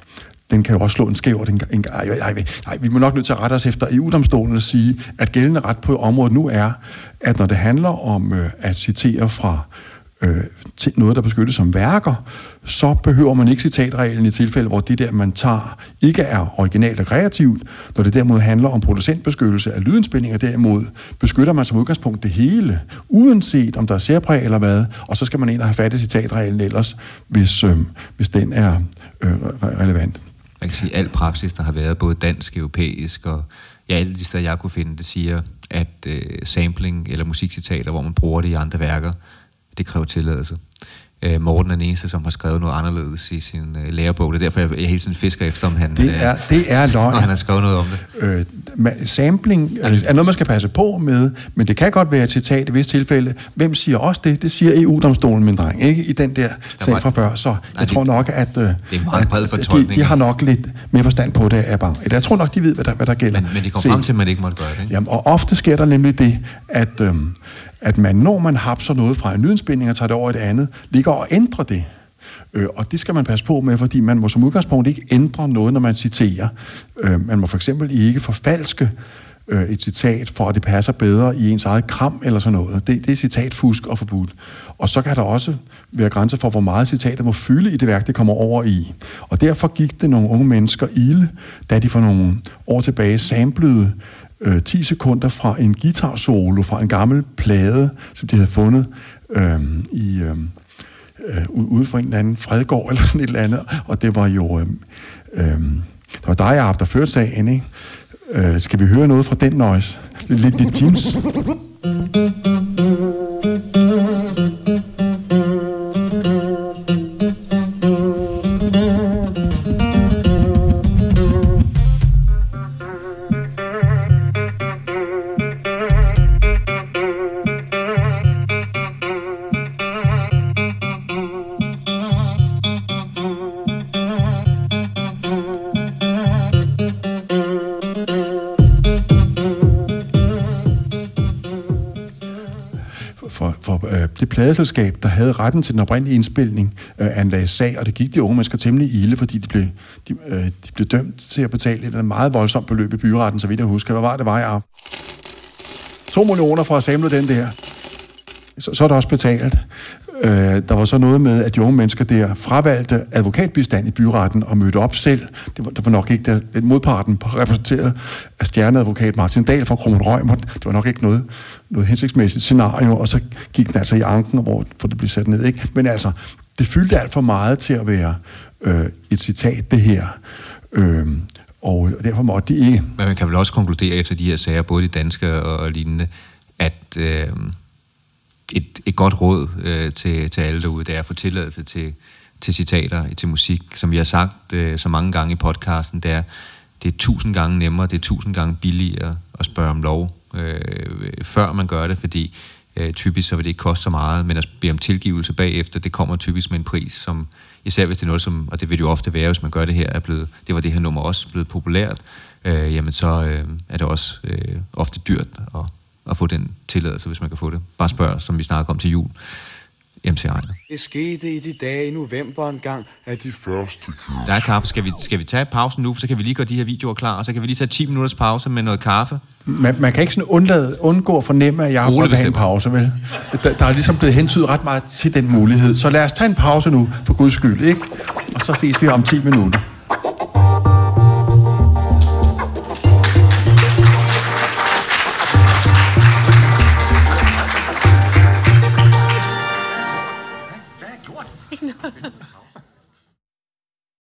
[SPEAKER 5] den kan jo også slå en skæv. Den, en, ej, ej, ej, nej, vi må nok nødt til at rette os efter E U-domstolen og sige, at gældende ret på området nu er, at når det handler om øh, at citere fra øh, til noget, der beskyttes som værker, så behøver man ikke citatreglen i tilfælde, hvor det der, man tager, ikke er originalt og kreativt. Når det derimod handler om producentbeskyttelse af lydindspilninger, derimod beskytter man som udgangspunkt det hele, uanset om der er særpræg eller hvad, og så skal man ind og have fat i citatreglen ellers, hvis, øh, hvis den er øh, relevant.
[SPEAKER 4] Man kan sige, at al praksis, der har været, både dansk, europæisk og ja, alle de steder, jeg kunne finde, det siger, at øh, sampling eller musikcitater, hvor man bruger det i andre værker, det kræver tilladelse. Øh, Morten er den eneste, som har skrevet noget anderledes i sin øh, lærebog. Det er derfor, jeg, jeg hele tiden fisker efter, om han,
[SPEAKER 5] det er, det er løgn.
[SPEAKER 4] når han har skrevet noget om det.
[SPEAKER 5] Øh, sampling øh, er noget, man skal passe på med, men det kan godt være et citat i visse tilfælde. Hvem siger også det? Det siger E U-domstolen, min dreng, ikke? I den der sag fra før. Så jeg nej, tror nok, at, øh, det er meget bred fortolkning. De, de har nok lidt mere forstand på det af bange. Jeg tror nok, de ved, hvad der, hvad der gælder.
[SPEAKER 4] Men, men de kom frem til, at man ikke måtte gøre det, ikke?
[SPEAKER 5] Jamen, og ofte sker der nemlig det, at... Øh, at man, når man hapser noget fra en lydindspilning og tager det over et andet, ligger og ændrer det. Øh, og det skal man passe på med, fordi man må som udgangspunkt ikke ændre noget, når man citerer. Øh, man må for eksempel ikke forfalske øh, et citat, for at det passer bedre i ens eget kram eller sådan noget. Det, det er citatfusk og forbudt. Og så kan der også være grænser for, hvor meget citater må fylde i det værk, det kommer over i. Og derfor gik det nogle unge mennesker ilde, da de for nogle år tilbage samplede Øh, ti sekunder fra en guitar-solo fra en gammel plade, som de havde fundet øh, i, øh, øh, ude for en eller anden Fredgård eller sådan et eller andet, og det var jo øh, øh, det var dig, Jacob, der førte sagen, ikke? Øh, skal vi høre noget fra den noise? Lidt, lidt, lidt jeans. Det pladeselskab, der havde retten til den oprindelige indspilning, øh, anlagde sag, og det gik de unge mennesker temmelig ilde, fordi de blev, de, øh, de blev dømt til at betale et meget voldsomt beløb i byretten, så vidt jeg husker. Hvad var det, var jeg? To millioner for at samle den der. Så, så er det også betalt. Øh, der var så noget med, at de unge mennesker der fravalgte advokatbistand i byretten og mødte op selv. Det var, det var nok ikke der, den modparten repræsenteret af stjerneadvokat Martin Dahl fra Krummel Rømer. Det var nok ikke noget, noget hensigtsmæssigt scenario, og så gik den altså i anken, hvor for det blev sat ned. Ikke? Men altså, det fyldte alt for meget til at være øh, et citat, det her. Øh, og derfor måtte de ikke.
[SPEAKER 4] Men man kan vel også konkludere efter de her sager, både de danske og lignende, at... Øh Et, et godt råd øh, til, til alle derude, det er at få tilladelse til, til citater, til musik. Som vi har sagt øh, så mange gange i podcasten, det er, det er tusind gange nemmere, det er tusind gange billigere at spørge om lov, øh, før man gør det, fordi øh, typisk så vil det ikke koste så meget, men at bede om tilgivelse bagefter, det kommer typisk med en pris, som især hvis det er noget, som, og det vil det jo ofte være, hvis man gør det her, er blevet, det var det her nummer også blevet populært, øh, jamen så øh, er det også øh, ofte dyrt at at få den tilladelse, hvis man kan få det. Bare spørg, som vi snakker om til jul. M C Ejner.
[SPEAKER 12] Det skete i de dage i november en gang af de første kære.
[SPEAKER 4] Der er kaffe. Skal vi, skal vi tage pausen nu, så kan vi lige gøre de her videoer klar, og så kan vi lige tage ti minutters pause med noget kaffe.
[SPEAKER 5] Man, man kan ikke sådan undlade, undgå at fornemme, at jeg har prøvet at have en pause, vel? Der, der er ligesom blevet hentydet ret meget til den mulighed. Så lad os tage en pause nu, for guds skyld, ikke? Og så ses vi om ti minutter.